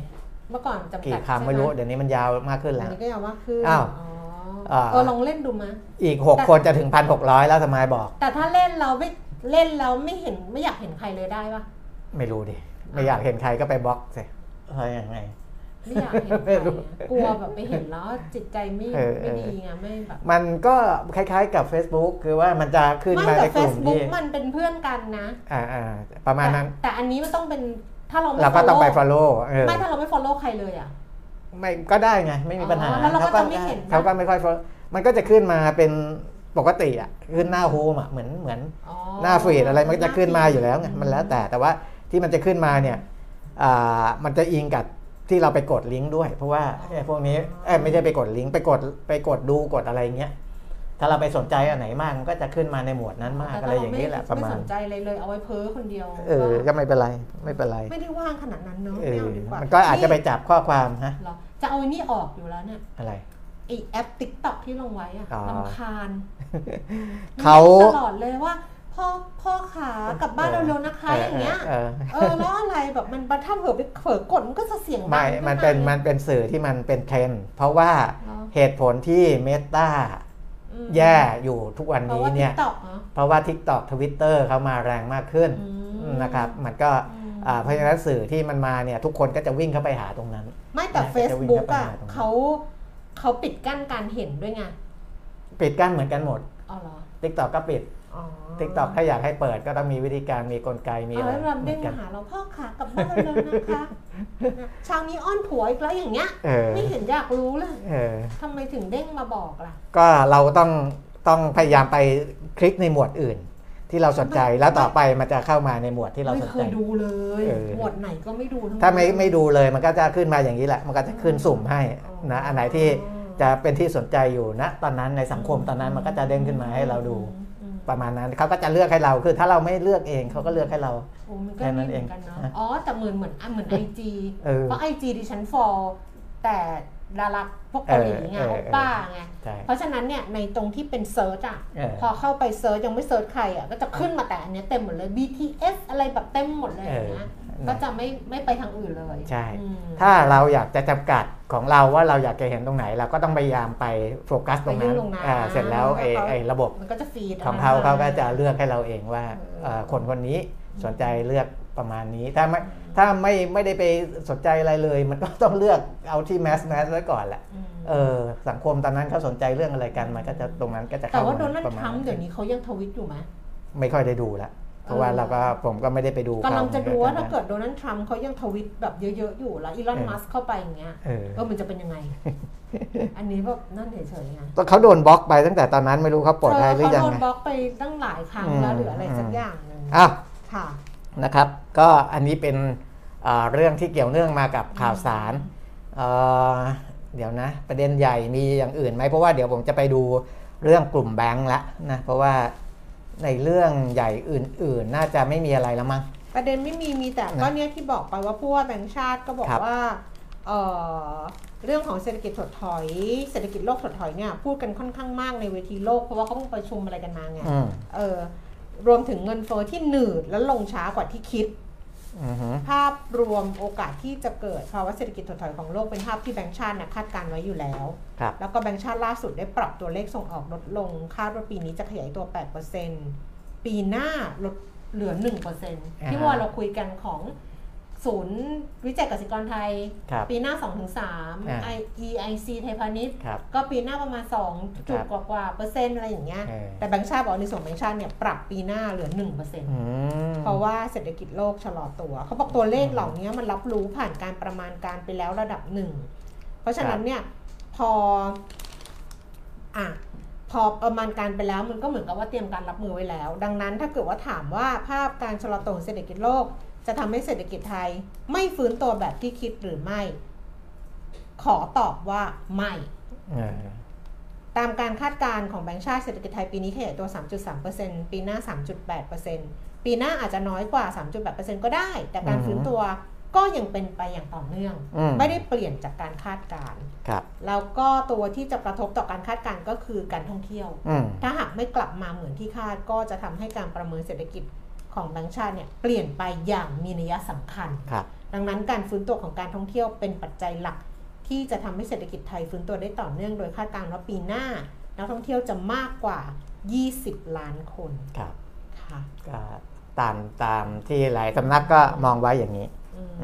S2: เมื่อก่อนจำกัด
S3: กี่คำไม่รู้เดี๋ยวนี้มันยาวมากขึ้นแล้ว
S2: เดี๋ยวนี้ก็ยาวมากขึ้นลองเล่นดูมั้ย
S3: อีก6คนจะถึง 1,600 แล้วสมัยบอก
S2: แต่ถ้าเล่นเราไม่เห็นไม่อยากเห็นใครเลยได้ปะ
S3: ไม่รู้ดิไม่อยากเห็นใครก็ไปบล็อกสิอะไรยังไง
S2: ไม่อยากเห็นใครกลัวแบบไปเห็นแล้วจิตใจไม่ดีไงไม่แบบ
S3: มันก็คล้ายๆกับ Facebook คือว่ามันจะขึ้นมาในกลุ่มที่
S2: มันเป็นเพื่อนกันนะ
S3: ประมาณนั้น
S2: แต่อันนี้มันต้องเป็นถ้าเรา
S3: ก็ต้องไป follow
S2: ไม่ถ้าเราไม่ follow ใครเลยอ่ะ
S3: ไม่ก็ได้ไงไม่มีปัญหา
S2: แล้วเราก็จะไม่เห็น
S3: เขาก็ไม่ค่อย follow มันก็จะขึ้นมาเป็นปกติอ่ะขึ้นหน้าโฮมอ่ะเหมือนหน้าฟีดอะไรมันก็จะขึ้นมาอยู่แล้วไงมันแล้วแต่ว่าที่มันจะขึ้นมาเนี่ยมันจะอิงกับที่เราไปกดลิงก์ด้วยเพราะว่าพวกนี้ไม่ใช่ไปกดลิงก์ไปกดดูกดอะไรเงี้ยถ้าเราไปสนใจอันไหนมากมันก็จะขึ้นมาในหมวดนั้นมากอะไรอย่างนี้แหละประมาณ
S2: ไม่สนใจเลยเอาไว้เพ้อคนเดียว
S3: ก็ไม่เป็นไรไม่ได้
S2: ว่างขนาดนั้นเนอะ
S3: มันก็อาจจะไปจับข้อความฮะ
S2: จะเอานี่ออกอยู่แล้วเนี่ย
S3: อะไร
S2: ไอแอป TikTok ที่ลงไว้อะรำคาญ
S3: เขา
S2: ตลอดเลยว่าพ่อขากลับบ้านเร็วๆนะคะอย่างเงี้ยแล้วอะไรแบบมันถ้าเผลอกดมันก็จะเสียงดัง
S3: ไม่มันเป็นสื่อที่มันเป็นเทรนด์เพราะว่าเหตุผลที่เมตาแย่อยู่ทุกวันนี้เนี่ยเพราะว่า TikTok Twitter เขามาแรงมากขึ้นนะครับมันก็เพราะฉะนั้นสื่อที่มันมาเนี่ยทุกคนก็จะวิ่งเข้าไปหาตรงนั้น
S2: ไม่แต่ Facebook อ่ะเขาปิดกั้นการเห็นด้วยไง
S3: ปิดกั้นเหมือนกันหมด
S2: อ๋อเหรอ
S3: TikTok ก็ปิดTikTok ถ้าอยากให้เปิดก็ต้องมีวิธีการมีกลไกมีอะไร
S2: เราเด้งมาหาเราพ่อขากับบ้านเร็วๆนะคะเช้านี้อ้อนผัวอีกแล้วอย่างเงี้ยไม่เห็นอยากรู้เลยทำไมถึงเด้งมาบอกล่ะ
S3: ก็เราต้องพยายามไปคลิกในหมวดอื่นที่เราสนใจแล้วต่อไปมันจะเข้ามาในหมวดที่เราสนใจ
S2: ไม่เคยดูเลยหมวดไหนก็ไม่ดู
S3: ถ้าไม่ดูเลยมันก็จะขึ้นมาอย่างนี้แหละมันก็จะขึ้นสุ่มให้นะอันไหนที่จะเป็นที่สนใจอยู่ณตอนนั้นในสังคมตอนนั้นมันก็จะเด้งขึ้นมาให้เราดูประมาณนั้นเขาก็จะเลือกให้เราคือถ้าเราไม่เลือกเองเขาก็เลือกให้เรา
S2: แค่นั้นเองแต่เหมือน IG เพราะ IG ดิฉันฟอลแต่ดาราพวกเกาหลีไงโอป้าไงเพราะฉะนั้นเนี่ยในตรงที่เป็นเซิร์ชอ่ะพอเข้าไปเซิร์ชยังไม่เซิร์ชใครอ่ะก็จะขึ้นมาแต่อันนี้เต็มหมดเลย BTS อะไรแบบเต็มหมดเลยอย่างเงี้ยก็จะไม่ไปทางอื่นเลย
S3: ใช่ถ้าเราอยากจะจำกัดของเราว่าเราอยากจะเห็นตรงไหนเราก็ต้องพยายามไปโฟกัสตรงนั้นเสร็จแล้วไอ้ระบบ
S2: มันก็จะฟีด
S3: ของเขาก็จะเลือกให้เราเองว่าคนนี้สนใจเลือกประมาณนี้ถ้าไม่ได้ไปสนใจอะไรเลยมันก็ต้องเลือกเอาที่แมสไว้ก่อนแหละสังคมตอนนั้นเขาสนใจเรื่องอะไรกันมันก็จะตรงนั้นก็จะเข้า
S2: แต่ว่าโดนัลด์ทรัมป์เดี๋ยวนี้เขายังทวิตอยู่ไหม
S3: ไม่ค่อยได้ดูแล้วเพราะว่าผมก็ไม่ได้ไปดู
S2: กำลังจะดูว่าถ้าเกิดโดนัลด์ทรัมป์เขายังทวิตแบบเยอะๆอยู่แล้วอีลอนมัสก์เข้าไปอย่างเงี้ยมันจะเป็นยังไงอันนี้แบบนั่นเฉยๆไง
S3: เขาโดนบล็อกไปตั้งแต่ตอนนั้นไม่รู้เขาปลดได้หรือยัง
S2: เขาโดนบล็อกไปตั้งหลายครั้งแล้วหรืออะไรสักอย่างนึงค่ะ
S3: นะครับก็อันนี้เป็นเรื่องที่เกี่ยวเนื่องมากับข่าวสารเดี๋ยวนะประเด็นใหญ่มีอย่างอื่นไหมเพราะว่าเดี๋ยวผมจะไปดูเรื่องกลุ่มแบงก์ละนะเพราะว่าในเรื่องใหญ่อื่นๆน่าจะไม่มีอะไรแล้วมั้ง
S2: ประเด็นไม่มีแต่ก็เนี้ยที่บอกไปว่าผู้ว่าแบงก์ชาติก็บอกว่าเรื่องของเศรษฐกิจถดถอยเศรษฐกิจโลกถดถอยเนี่ยพูดกันค่อนข้างมากในเวทีโลกเพราะว่าเขาเพิ่งประชุมอะไรกันมาไงรวมถึงเงินเฟ้อที่หนืดและลงช้ากว่าที่คิดภาพรวมโอกาสที่จะเกิดภาวะเศรษฐกิจถดถอยของโลกเป็นภาพที่แบงก์ชาติคาดการไว้อยู่แล้วแล้วก็แบงก์ชาติล่าสุดได้ปรับตัวเลขส่งออกลดลงคาดว่าปีนี้จะขยายตัว 8% ปีหน้าลดเหลือ 1% ที่ว่าเราคุยกันของศูนย์วิจัยกสิกรไทยปีหน้า 2-3 EIC ไทยพาณิชย์ก็ปีหน้าประมาณ2จุดกว่าเปอร์เซ็นต์อะไรอย่างเงี้ยแต่แบงก์ชาติบอกในส่วนแบงก์ชาติเนี่ยปรับปีหน้าเหลือ 1% เพราะว่าเศรษฐกิจโลกชะลอตัวเขาบอกตัวเลขเหล่านี้มันรับรู้ผ่านการประมาณการไปแล้วระดับหนึ่งเพราะฉะนั้นเนี่ยพอประมาณการไปแล้วมันก็เหมือนกับว่าเตรียมการรับมือไว้แล้วดังนั้นถ้าเกิดว่าถามว่าภาพการชะลอตัวของเศรษฐกิจโลกจะทำให้เศรษฐกิจไทยไม่ฟื้นตัวแบบที่คิดหรือไม่ขอตอบว่าไม่ตามการคาดการณ์ของแบงก์ชาติเศรษฐกิจไทยปีนี้ขยายตัว 3.3% ปีหน้า 3.8% ปีหน้าอาจจะน้อยกว่า 3.8% ก็ได้แต่การฟื้นตัวก็ยังเป็นไปอย่างต่อเนื่องไม่ได้เปลี่ยนจากการคาดการณ์แล้วก็ตัวที่จะกระทบต่อการคาดการณ์ก็คือการท่องเที่ยวถ้าหากไม่กลับมาเหมือนที่คาดก็จะทำให้การประเมินเศรษฐกิจของแบงก์ชาติเนี่ยเปลี่ยนไปอย่างมีนัยสำคัญดังนั้นการฟื้นตัวของการท่องเที่ยวเป็นปัจจัยหลักที่จะทำให้เศรษฐกิจไทยฟื้นตัวได้ต่อเนื่องโดยคาดการณ์ว่าปีหน้านักท่องเที่ยวจะมากกว่า20 ล้านคน
S3: ครับ
S2: ค่ะ
S3: ก็ตามที่หลายสำนักก็มองไว้อย่างนี้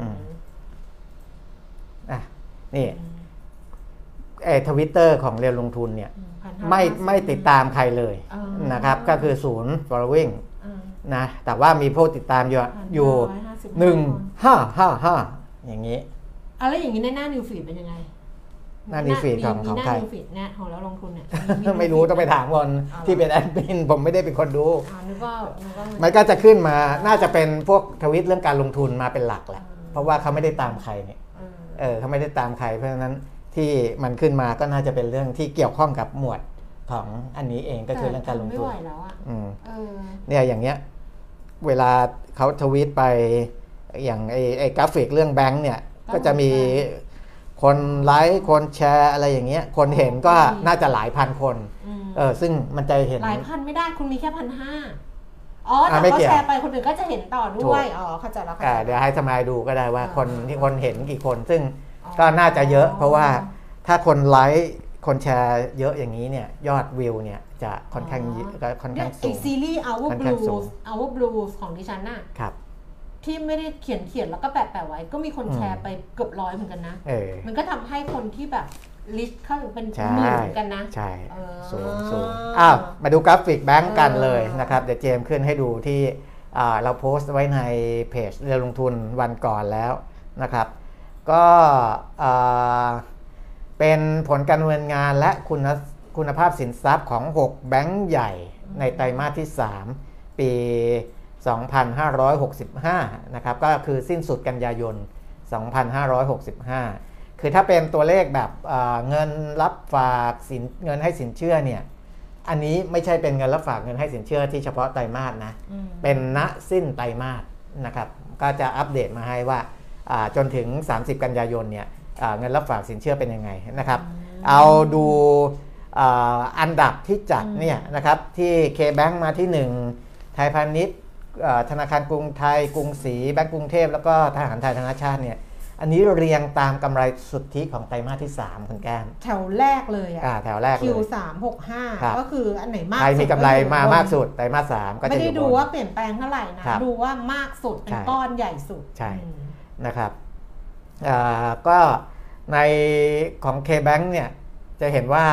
S3: นี่Twitter ของเรียวลงทุนเนี่ยไม่ติดตามใครเลยนะครับก็คือ0 following นะแต่ว่ามีผู้ติดตามอยู่1,555อย่างนี้
S2: อะไรอย่างนี้ในหน้า New Feed เป็นยังไง
S3: หน้า New Feed ของใคร
S2: New Feed เนี่ยของเราลงทุนเนี่ย
S3: ไม่รู้ต้องไปถามคนที่เป็นแอดมินผมไม่ได้เป็นคนดูมันก็จะขึ้นมาน่าจะเป็นพวกทวิตเรื่องการลงทุนมาเป็นหลักแหละเพราะว่าเขาไม่ได้ตามใครเนี่ยเขาไม่ได้ตามใครเพราะฉะนั้นที่มันขึ้นมาก็น่าจะเป็นเรื่องที่เกี่ยวข้องกับหมวดของอันนี้เองก็คือเรื่องการลงทุนเนี่ยอย่างเงี้ยเวลาเขาทวีตไปอย่างไอ้กราฟิกเรื่องแบงค์เนี่ยก็จะมีคนไลค์คนแชร์อะไรอย่างเงี้ยคนเห็นก็น่าจะหลายพันคนซึ่งมันจะเห็น
S2: หลายพันไม่ได้คุณมีแค่1,500แต่ก็แชร์ไปคนอื่นก็จะเห็นต่อด้วยเข้าใจแล้ว
S3: ค่ะเดี๋ยวให้สมัยดูก็ได้ว่าคนเห็นกี่คนซึ่งก็น่าจะเยอะเพราะว่าถ้าคนไลค์คนแชร์เยอะอย่างนี้เนี่ยยอดวิวเนี่ยจะค่อนข้างสูง
S2: ซีรีส์ Our Blues ของดิฉันน่ะที่ไม่ได้เขียนแล้วก็แปะไว้ก็มีคนแชร์ไปเกือบ100เหมือนกันนะมันก็ทำให้คนที่แบบลิสต์เข้าเป็นหมื่นเหมือนกันนะ
S3: ใช่สูงมาดูกราฟิกแบงก์กันเลยนะครับเดี๋ยวเจมขึ้นให้ดูที่เราโพสต์ไว้ในเพจเรียวลงทุนวันก่อนแล้วนะครับก็เป็นผลการดำเนินงานและคุณภาพสินทรัพย์ของ6แบงก์ใหญ่ในไตรมาสที่3ปี2565นะครับก็คือสิ้นสุดกันยายน2565คือถ้าเป็นตัวเลขแบบเงินรับฝากเงินให้สินเชื่อเนี่ยอันนี้ไม่ใช่เป็นเงินรับฝากเงินให้สินเชื่อที่เฉพาะไตรมาสนะเป็นณสิ้นไตรมาสนะครับก็จะอัปเดตมาให้ว่าจนถึง30กันยายนเนี่ยเงินรับฝากสินเชื่อเป็นยังไงนะครับเอาดูอันดับที่จัดเนี่ยนะครับที่ K-Bank มาที่1ไทยพาณิชย์ธนาคารกรุงไทยกรุงศรีแบงก์กรุงเทพแล้วก็ทหารไทยธนชาติเนี่ยอันนี้เรียงตามกำไรสุทธิของไตรมาสที่3คุณแก้ม
S2: แถวแรกเลย
S3: แถวแรกเลย
S2: Q365 ก็คืออันไหนมาก
S3: ใครมีกำไรมากสุดไตรมาส3ก็จะอยู่
S2: ไม่ได้ดูว่าเปลี่ยนแปลงเท่าไหร่นะดูว่ามากสุดเป็นก้อนใหญ่สุด
S3: ใช่นะครับก็ในของ K-Bank เนี่ยจะเห็นว่า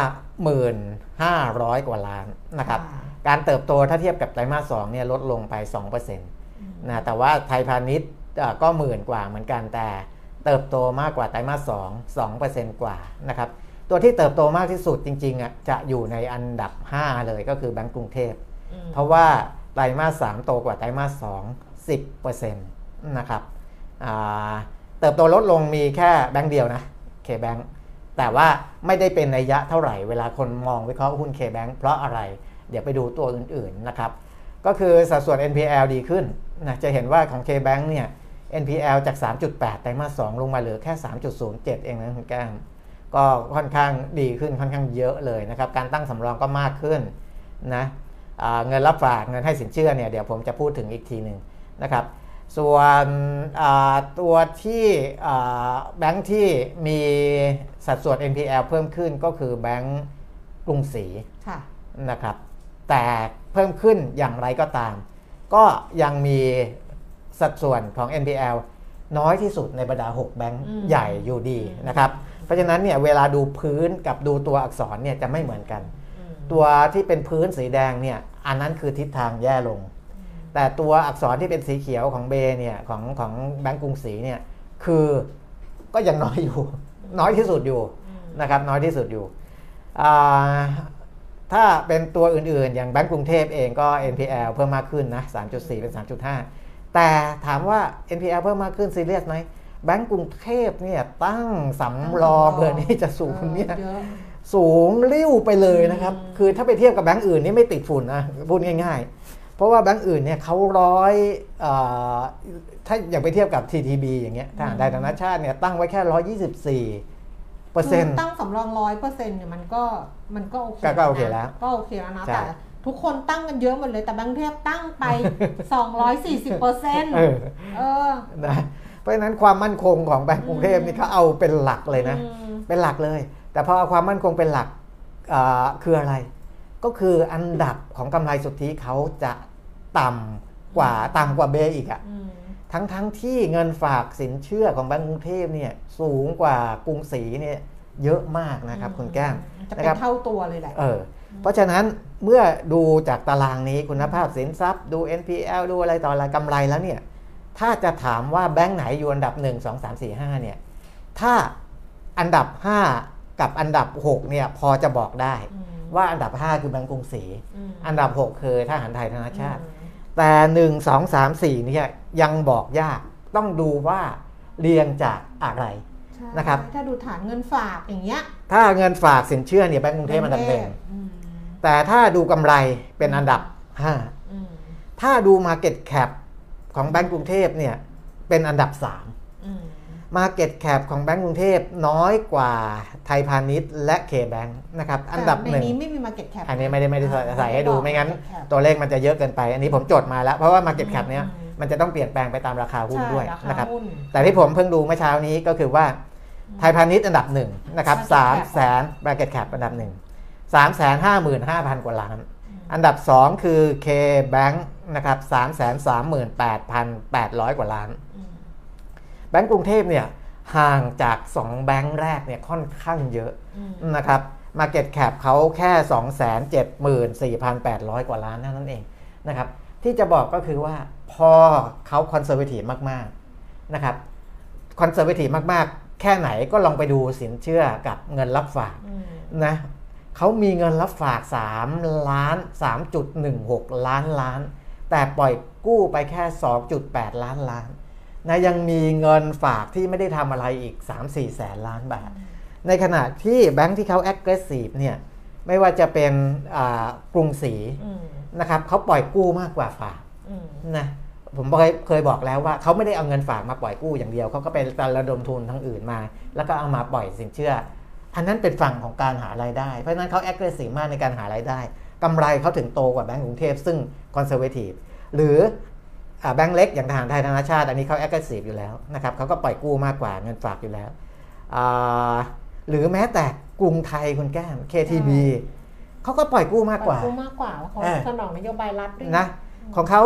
S3: 1,500 กว่าล้านนะครับการเติบโตถ้าเทียบกับไตรมาส2เนี่ยลดลงไป 2% นะแต่ว่าไทยพาณิชย์ก็10,000 กว่าเหมือนกันแต่เติบโตมากกว่าไตรมาส2 2% กว่านะครับตัวที่เติบโตมากที่สุดจริงๆจะอยู่ในอันดับ5เลยก็คือแบงก์กรุงเทพเพราะว่าไตรมาส3โตกว่าไตรมาส2 10% นะครับเติบโตลดลงมีแค่แบงก์เดียวนะ K-Bank แต่ว่าไม่ได้เป็นนัยยะเท่าไหร่เวลาคนมองวิเคราะห์หุ้น K-Bank เพราะอะไรเดี๋ยวไปดูตัวอื่นๆนะครับก็คือสัดส่วน NPL ดีขึ้นนะจะเห็นว่าของ K-Bank เนี่ย NPL จาก 3.8 ไตรมาส2ลงมาเหลือแค่ 3.07 เองนะคุณแก้มก็ค่อนข้างดีขึ้นค่อนข้างเยอะเลยนะครับการตั้งสำรองก็มากขึ้นนะเงินรับฝากเงินให้สินเชื่อเนี่ยเดี๋ยวผมจะพูดถึงอีกทีนึงนะครับส่วนตัวที่แบงค์ที่มีสัดส่วน NPL เพิ่มขึ้นก็คือแบงค์กรุงศรีนะครับแต่เพิ่มขึ้นอย่างไรก็ตามก็ยังมีสัดส่วนของ NPL น้อยที่สุดในบรรดา6แบงค์ใหญ่อยู่ดีนะครับเพราะฉะนั้นเนี่ยเวลาดูพื้นกับดูตัวอักษรเนี่ยจะไม่เหมือนกันตัวที่เป็นพื้นสีแดงเนี่ยอันนั้นคือทิศทางแย่ลงแต่ตัวอักษรที่เป็นสีเขียวของเบเนี่ยของแบงก์กรุงศรีเนี่ยคือก็ยังน้อยอยู่น้อยที่สุดอยู่นะครับน้อยที่สุดอยู่ถ้าเป็นตัวอื่นๆอย่างแบงก์กรุงเทพเองก็ NPL เพิ่มมากขึ้นนะ 3.4 เป็น 3.5 แต่ถามว่า NPL เพิ่มมากขึ้นซีเรียสไหมแบงก์กรุงเทพเนี่ยตั้งสำรองเพื่อที่จะสูงเนี่ยสูงริ้วไปเลยนะครับคือถ้าไปเทียบกับแบงก์อื่นนี่ไม่ติดฝุ่นนะพูดง่ายๆเพราะว่าแบงก์อื่นเนี่ยเขาถ้าอย่างไปเทียบกับ TTB อย่างเงี้ยทหารไทยธนชาติเนี่ยตั้งไว้แค่124%
S2: ตั้งสำรอง 100% เนี่ยมันก็โอเค
S3: ก็โอเคแล้ว
S2: ก็โอเคแล้วนะแต่ทุกคนตั้งกันเยอะหมดเลยแต่แบงก์เทพตั้งไป 240%
S3: นะเพราะฉะนั้นความมั่นคงของแบงก์กรุงเทพนี่เขาเอาเป็นหลักเลยนะเป็นหลักเลยแต่พอเอาความมั่นคงเป็นหลักคืออะไรก็คืออันดับของกำไรสุทธิเขาจะต่ำกว่าเบอีกอ่ะทั้งที่เงินฝากสินเชื่อของแบงก์กรุงเทพเนี่ยสูงกว่ากรุงศรีเนี่ยเยอะมากนะครับคุณแก้ม
S2: จะเป็นเท่าตัวเลยแหละ
S3: เพราะฉะนั้นเมื่อดูจากตารางนี้คุณภาพสินทรัพย์ดู NPL ดูอะไรต่ออะไรกำไรแล้วเนี่ยถ้าจะถามว่าแบงก์ไหนอยู่อันดับ1 2 3 4 5เนี่ยถ้าอันดับ5กับอันดับ6เนี่ยพอจะบอกได้ว่าอันดับ5คือแบงก์กรุงศรีอันดับ6คือทหารไทยธนชาติแต่1 2 3 4เนี่ยยังบอกยากต้องดูว่าเรียงจากอะไรนะครับ
S2: ถ้าดูฐานเงินฝากอย่างเงี้ย
S3: ถ้าเงินฝากสินเชื่อเนี่ยแบงก์กรุงเทพอันดับ1แต่ถ้าดูกำไรเป็นอันดับ5ถ้าดู Market Cap ของแบงก์กรุงเทพเนี่ยเป็นอันดับ3 Market Cap ของแบงก์กรุงเทพน้อยกว่าไทยพาณิชย์และ K-Bank นะครับอันดับ1ใน
S2: นี้ไม่มี Market Cap
S3: อันนี้ไม่ได้ใส่ให้ดูไม่งั้นตัวเลขมันจะเยอะเกินไปอันนี้ผมจดมาแล้วเพราะว่า Market Cap เนี้ยมันจะต้องเปลี่ยนแปลงไปตามราคาหุ้นด้วยนะครับแต่ที่ผมเพิ่งดูเมื่อเช้านี้ก็คือว่าไทยพาณิชย์อันดับ1นะครับ300,000 Market Cap อันดับ1 355,000 กว่าล้านอันดับ2คือ K-Bank นะครับ 338,800 กว่าล้านแบงก์กรุงเทพเนี่ยห่างจาก2แบงก์แรกเนี่ยค่อนข้างเยอะนะครับ Market Cap เขาแค่ 274,800 กว่าล้านเท่านั้นเองนะครับที่จะบอกก็คือว่าพอเขาคอนเซอร์เวทีฟมากๆนะครับคอนเซอร์เวทีฟมากๆแค่ไหนก็ลองไปดูสินเชื่อกับเงินรับฝากนะเขามีเงินรับฝาก3 ล้าน 3.16 ล้านแต่ปล่อยกู้ไปแค่ 2.8 ล้านนะยังมีเงินฝากที่ไม่ได้ทำอะไรอีก 3-4 แสนล้านบาทในขณะที่แบงค์ที่เขา aggressive เนี่ยไม่ว่าจะเป็นกรุงศรีนะครับเขาปล่อยกู้มากกว่าฝากนะผมเคยบอกแล้วว่าเขาไม่ได้เอาเงินฝากมาปล่อยกู้อย่างเดียวเขาก็ไประดมทุนทั้งอื่นมาแล้วก็เอามาปล่อยสินเชื่ออันนั้นเป็นฝั่งของการหารายได้เพราะฉะนั้นเขา aggressive มากในการหารายได้กำไรเขาถึงโตกว่าแบงก์กรุงเทพซึ่ง conservative หรือแบงก์เล็กอย่างทหารไทยธนชาติอันนี้เขา aggressive อยู่แล้วนะครับเขาก็ปล่อยกู้มากกว่าเงินฝากอยู่แล้วหรือแม้แต่กรุงไทยคุณแก้ม KTB เขาก็ปล่อยกู้มากกว่า
S2: เขาสนองนโยบายรัฐด้วย
S3: นะของเขา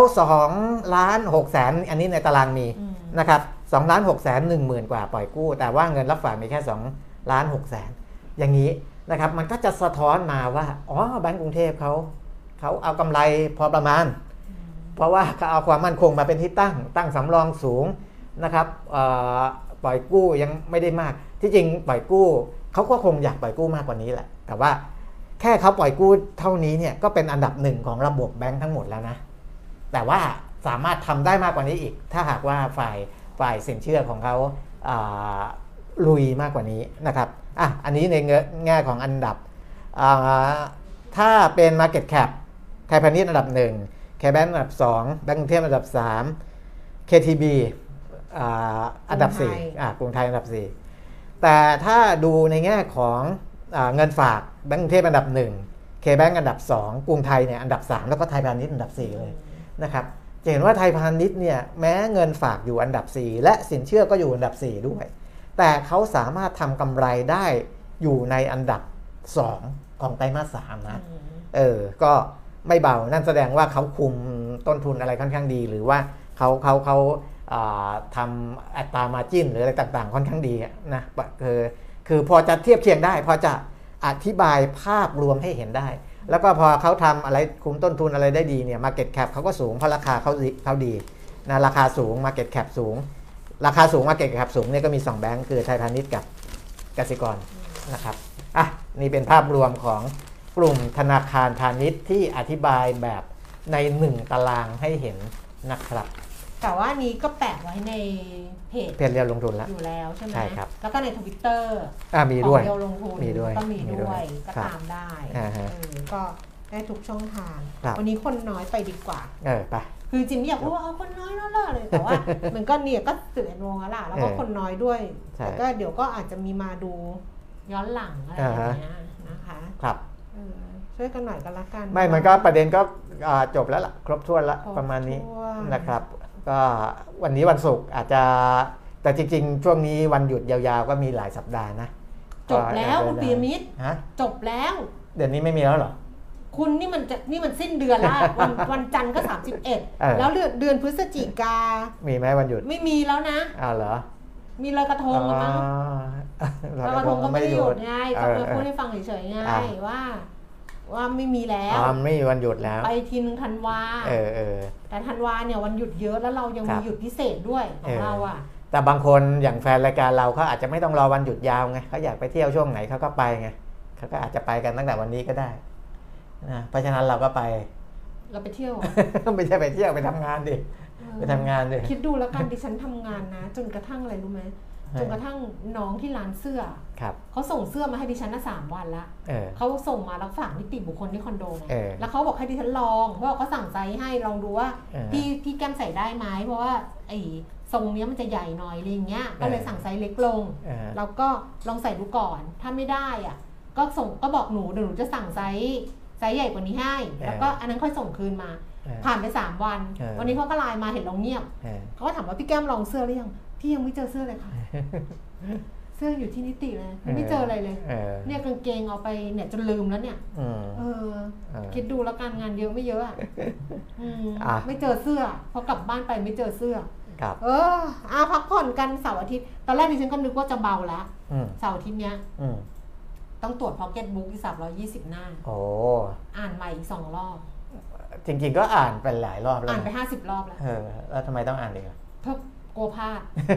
S3: 2,600,000อันนี้ในตารางมีนะครับ2,610,000 กว่าปล่อยกู้แต่ว่าเงินรับฝากมีแค่2,600,000อย่างนี้นะครับมันก็จะสะท้อนมาว่าแบงก์กรุงเทพเขาเอากำไรพอประมาณเพราะว่าเขาเอาความมั่นคงมาเป็นที่ตั้งสำรองสูงนะครับปล่อยกู้ยังไม่ได้มากที่จริงปล่อยกู้เขาก็คงอยากปล่อยกู้มากกว่านี้แหละแต่ว่าแค่เขาปล่อยกู้เท่านี้เนี่ยก็เป็นอันดับ1ของระบบแบงก์ทั้งหมดแล้วนะแต่ว่าสามารถทำได้มากกว่านี้อีกถ้าหากว่าฝ่ายสินเชื่อของเขาลุยมากกว่านี้นะครับอันนี้ในแง่ของอันดับถ้าเป็น Market Cap ไทยพาณิชย์อันดับ1 K-Bank อันดับ2แบงก์กรุงเทพอันดับ3 KTB อันดับ4กรุงไทยอันดับ4แต่ถ้าดูในแง่ของเงินฝากแบงก์กรุงเทพอันดับ1 K-Bank อันดับ2กรุงไทยเนี่ยอันดับ3แล้วก็ไทยพาณิชย์อันดับ4เลยนะครับจะเห็นว่าไทยพาณิชย์เนี่ยแม้เงินฝากอยู่อันดับ4และสินเชื่อก็อยู่อันดับ4ด้วยแต่เขาสามารถทำกำไรได้อยู่ในอันดับ2ของไตรมาส3นะก็ไม่เบานั่นแสดงว่าเขาคุมต้นทุนอะไรค่อนข้างดีหรือว่าเขาทำอัตรามาร์จิ้นหรืออะไรต่างๆค่อนข้างดีนะคือพอจะเทียบเคียงได้พอจะอธิบายภาพรวมให้เห็นได้แล้วก็พอเขาทำอะไรคุมต้นทุนอะไรได้ดีเนี่ย Market Cap เขาก็สูงเพราะราคาเขาดีนะราคาสูง Market Cap สูงราคาสูง Market Cap สูงเนี่ยก็มี2แบงก์คือไทยพาณิชย์กับกสิกรนะครับนี่เป็นภาพรวมของกลุ่มธนาคารพาณิชย์ที่อธิบายแบบใน1ตารางให้เห็นนะครับ
S2: แต่ว่านี้ก็แปะไว้ในเพจ
S3: เรียวลงทุนแล้ว
S2: อยู่แล้วใช่ไหม
S3: ใช่ครับ
S2: แล้วก็ใน Twitter
S3: มีด้วย
S2: เรียวลงทุน
S3: มีด้วย
S2: ก็ตามได้ก็ได้ทุกช่องทางวันนี้คนน้อยไปดีกว่า
S3: ไป
S2: คือจริงอยากพูดว่าเอาคนน้อยแล้วเลยแต่ว่ามันก็เนี่ยก็11 โมงแล้วล่ะแล้วก็คนน้อยด้วยแต่ก็เดี๋ยวก็อาจจะมีมาดูย้อนหลังอะไรอย่างเงี้ยนะคะ
S3: ครับ
S2: ช่วยกันหน่อยกันละกัน
S3: ไม่มันก็ประเด็นก็จบแล้วล่ะครบถ้วนแล้วประมาณนี้นะครับก็วันนี้วันศุกร์อาจจะแต่จริงๆช่วงนี้วันหยุดยาวๆก็มีหลายสัปดาห์นะ
S2: จบแล้วคุณปียมิตรจบแล้ว
S3: เดือนนี้ไม่มีแล้วเหรอ
S2: คุณนี่มันสิ้นเดือนละวันจันทร์ก็31แล้วเดือนพฤศจิกา
S3: มีไหมวันหยุด
S2: ไม่มีแล้วนะ
S3: อ้าวเหรอ
S2: มีลอยกระทงมั้งลอยกระทงก็ไม่ได้หยุดไงก็มาพูดให้ฟังเฉยๆไงว่าไม่มีแล้ว
S3: ไม่มีวันหยุดแล้ว
S2: ไปทีนึงธันวาแต่ธันวาเนี่ยวันหยุดเยอะแล้วเรายังมีหยุดพิเศษด้วยของเราอ่ะ
S3: แต่บางคนอย่างแฟนรายการเราเขาอาจจะไม่ต้องรอวันหยุดยาวไงเขาอยากไปเที่ยวช่วงไหนเขาก็ไปไงเขาก็อาจจะไปกันตั้งแต่วันนี้ก็ได้นะเพราะฉะนั้นเราก็ไป
S2: เราไปเที่ยว
S3: ไม่ใช่ไปเที่ยวไปทำงานดิไปทำงานดิ
S2: คิดดูแล้วกันดิฉันทำงานนะจนกระทั่งอะไรรู้ไหมจนกระทั่งน้องที่ร้านเสื้อเขาส่งเสื้อมาให้ดิฉัน3 วันละเขาส่งมาแล้วฝากนิติบุคคลที่คอนโดไงแล้วเขาบอกให้ดิฉันลองเพราะเขาสั่งไซส์ให้ลองดูว่าพี่แก้มใส่ได้ไหมเพราะว่าไอ้ทรงนี้มันจะใหญ่หน่อยอะไรอย่างเงี้ยก็เลยสั่งไซส์เล็กลงแล้วก็ลองใส่ดูก่อนถ้าไม่ได้อ่ะก็บอกหนูเดี๋ยวหนูจะสั่งไซส์ใหญ่กว่านี้ให้แล้วก็อันนั้นค่อยส่งคืนมาผ่านไป3 วันวันนี้เขาก็ไลน์มาเห็นเราเงียบเขาก็ถามว่าพี่แก้มลองเสื้อหรือยังพี่ยังไม่เจอเสื้อเลยค่ะเสื้ออยู่ที่นิติเลยไม่เจออะไรเลยเนี่ยกางเกงเอาไปเนี่ยจนลืมแล้วเนี่ยคิดดูแล้วการงานเยอะไม่เยอะไม่เจอเสื้อพอกลับบ้านไปไม่เจอเสื้อพักผ่อนกันเสาร์อาทิตย์ตอนแรกดิฉันก็นึกว่าจะเบาแล้วเสาร์อาทิตย์เนี้ยต้องตรวจพ็อกเก็ตบุ๊กอีก320 หน้าอ่านใหม่อีก2 รอบ
S3: จริงๆก็อ่านไปหลายรอบแล้ว
S2: อ่านไป50 รอบแล้ว
S3: แล้วทำไมต้องอ่านอีก
S2: เพื่อกลัวพลาด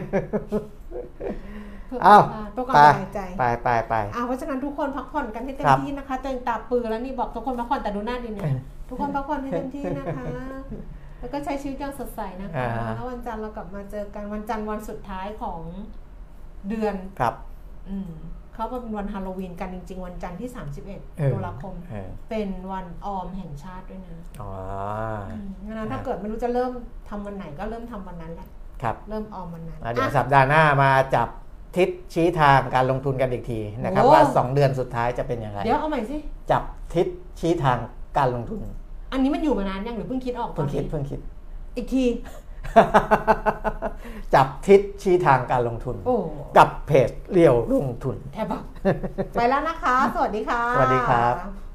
S3: ตัวกำลังใจไป
S2: เพราะฉะนั้นทุกคนพักผ่อนกันให้เต็มที่นะคะตัวเองตาปือแล้วนี่บอกทุกคนพักผ่อนแต่ดูหน้าดิเนี่ยทุกคนพักผ่อนให้เต็มที่นะคะแล้วก็ใช้ชีวิตอย่างสดใสนะคะแล้ววันจันทร์เรากลับมาเจอกันวันจันทร์วันสุดท้ายของเดือน
S3: ครับ
S2: เขาเป็นวันฮาโลวีนกันจริงๆวันจันทร์ที่31 ตุลาคมเป็นวันออมแห่งชาติด้วยนะงั้นถ้าเกิดไม่รู้จะเริ่มทำวันไหนก็เริ่มทำวันนั้นแหละเริ่มออมวันนั้น
S3: เดี๋ยวสัปดาห์หน้ามาจับทิศชี้ทางการลงทุนกันอีกทีนะครับว่า2 เดือนสุดท้ายจะเป็นอย่างไร
S2: เดี๋ยวเอาใหม่สิ
S3: จับทิศชี้ทางการลงทุน
S2: อันนี้มันอยู่มานานยังหรือเพิ่งคิดออก
S3: เพิ่งคิด
S2: อีกที
S3: จับทิศชี้ทางการลงทุนกับเพจเรียวลงทุน
S2: ไปแล้วนะคะสวัสดีค่ะ
S3: สวัสดีครับ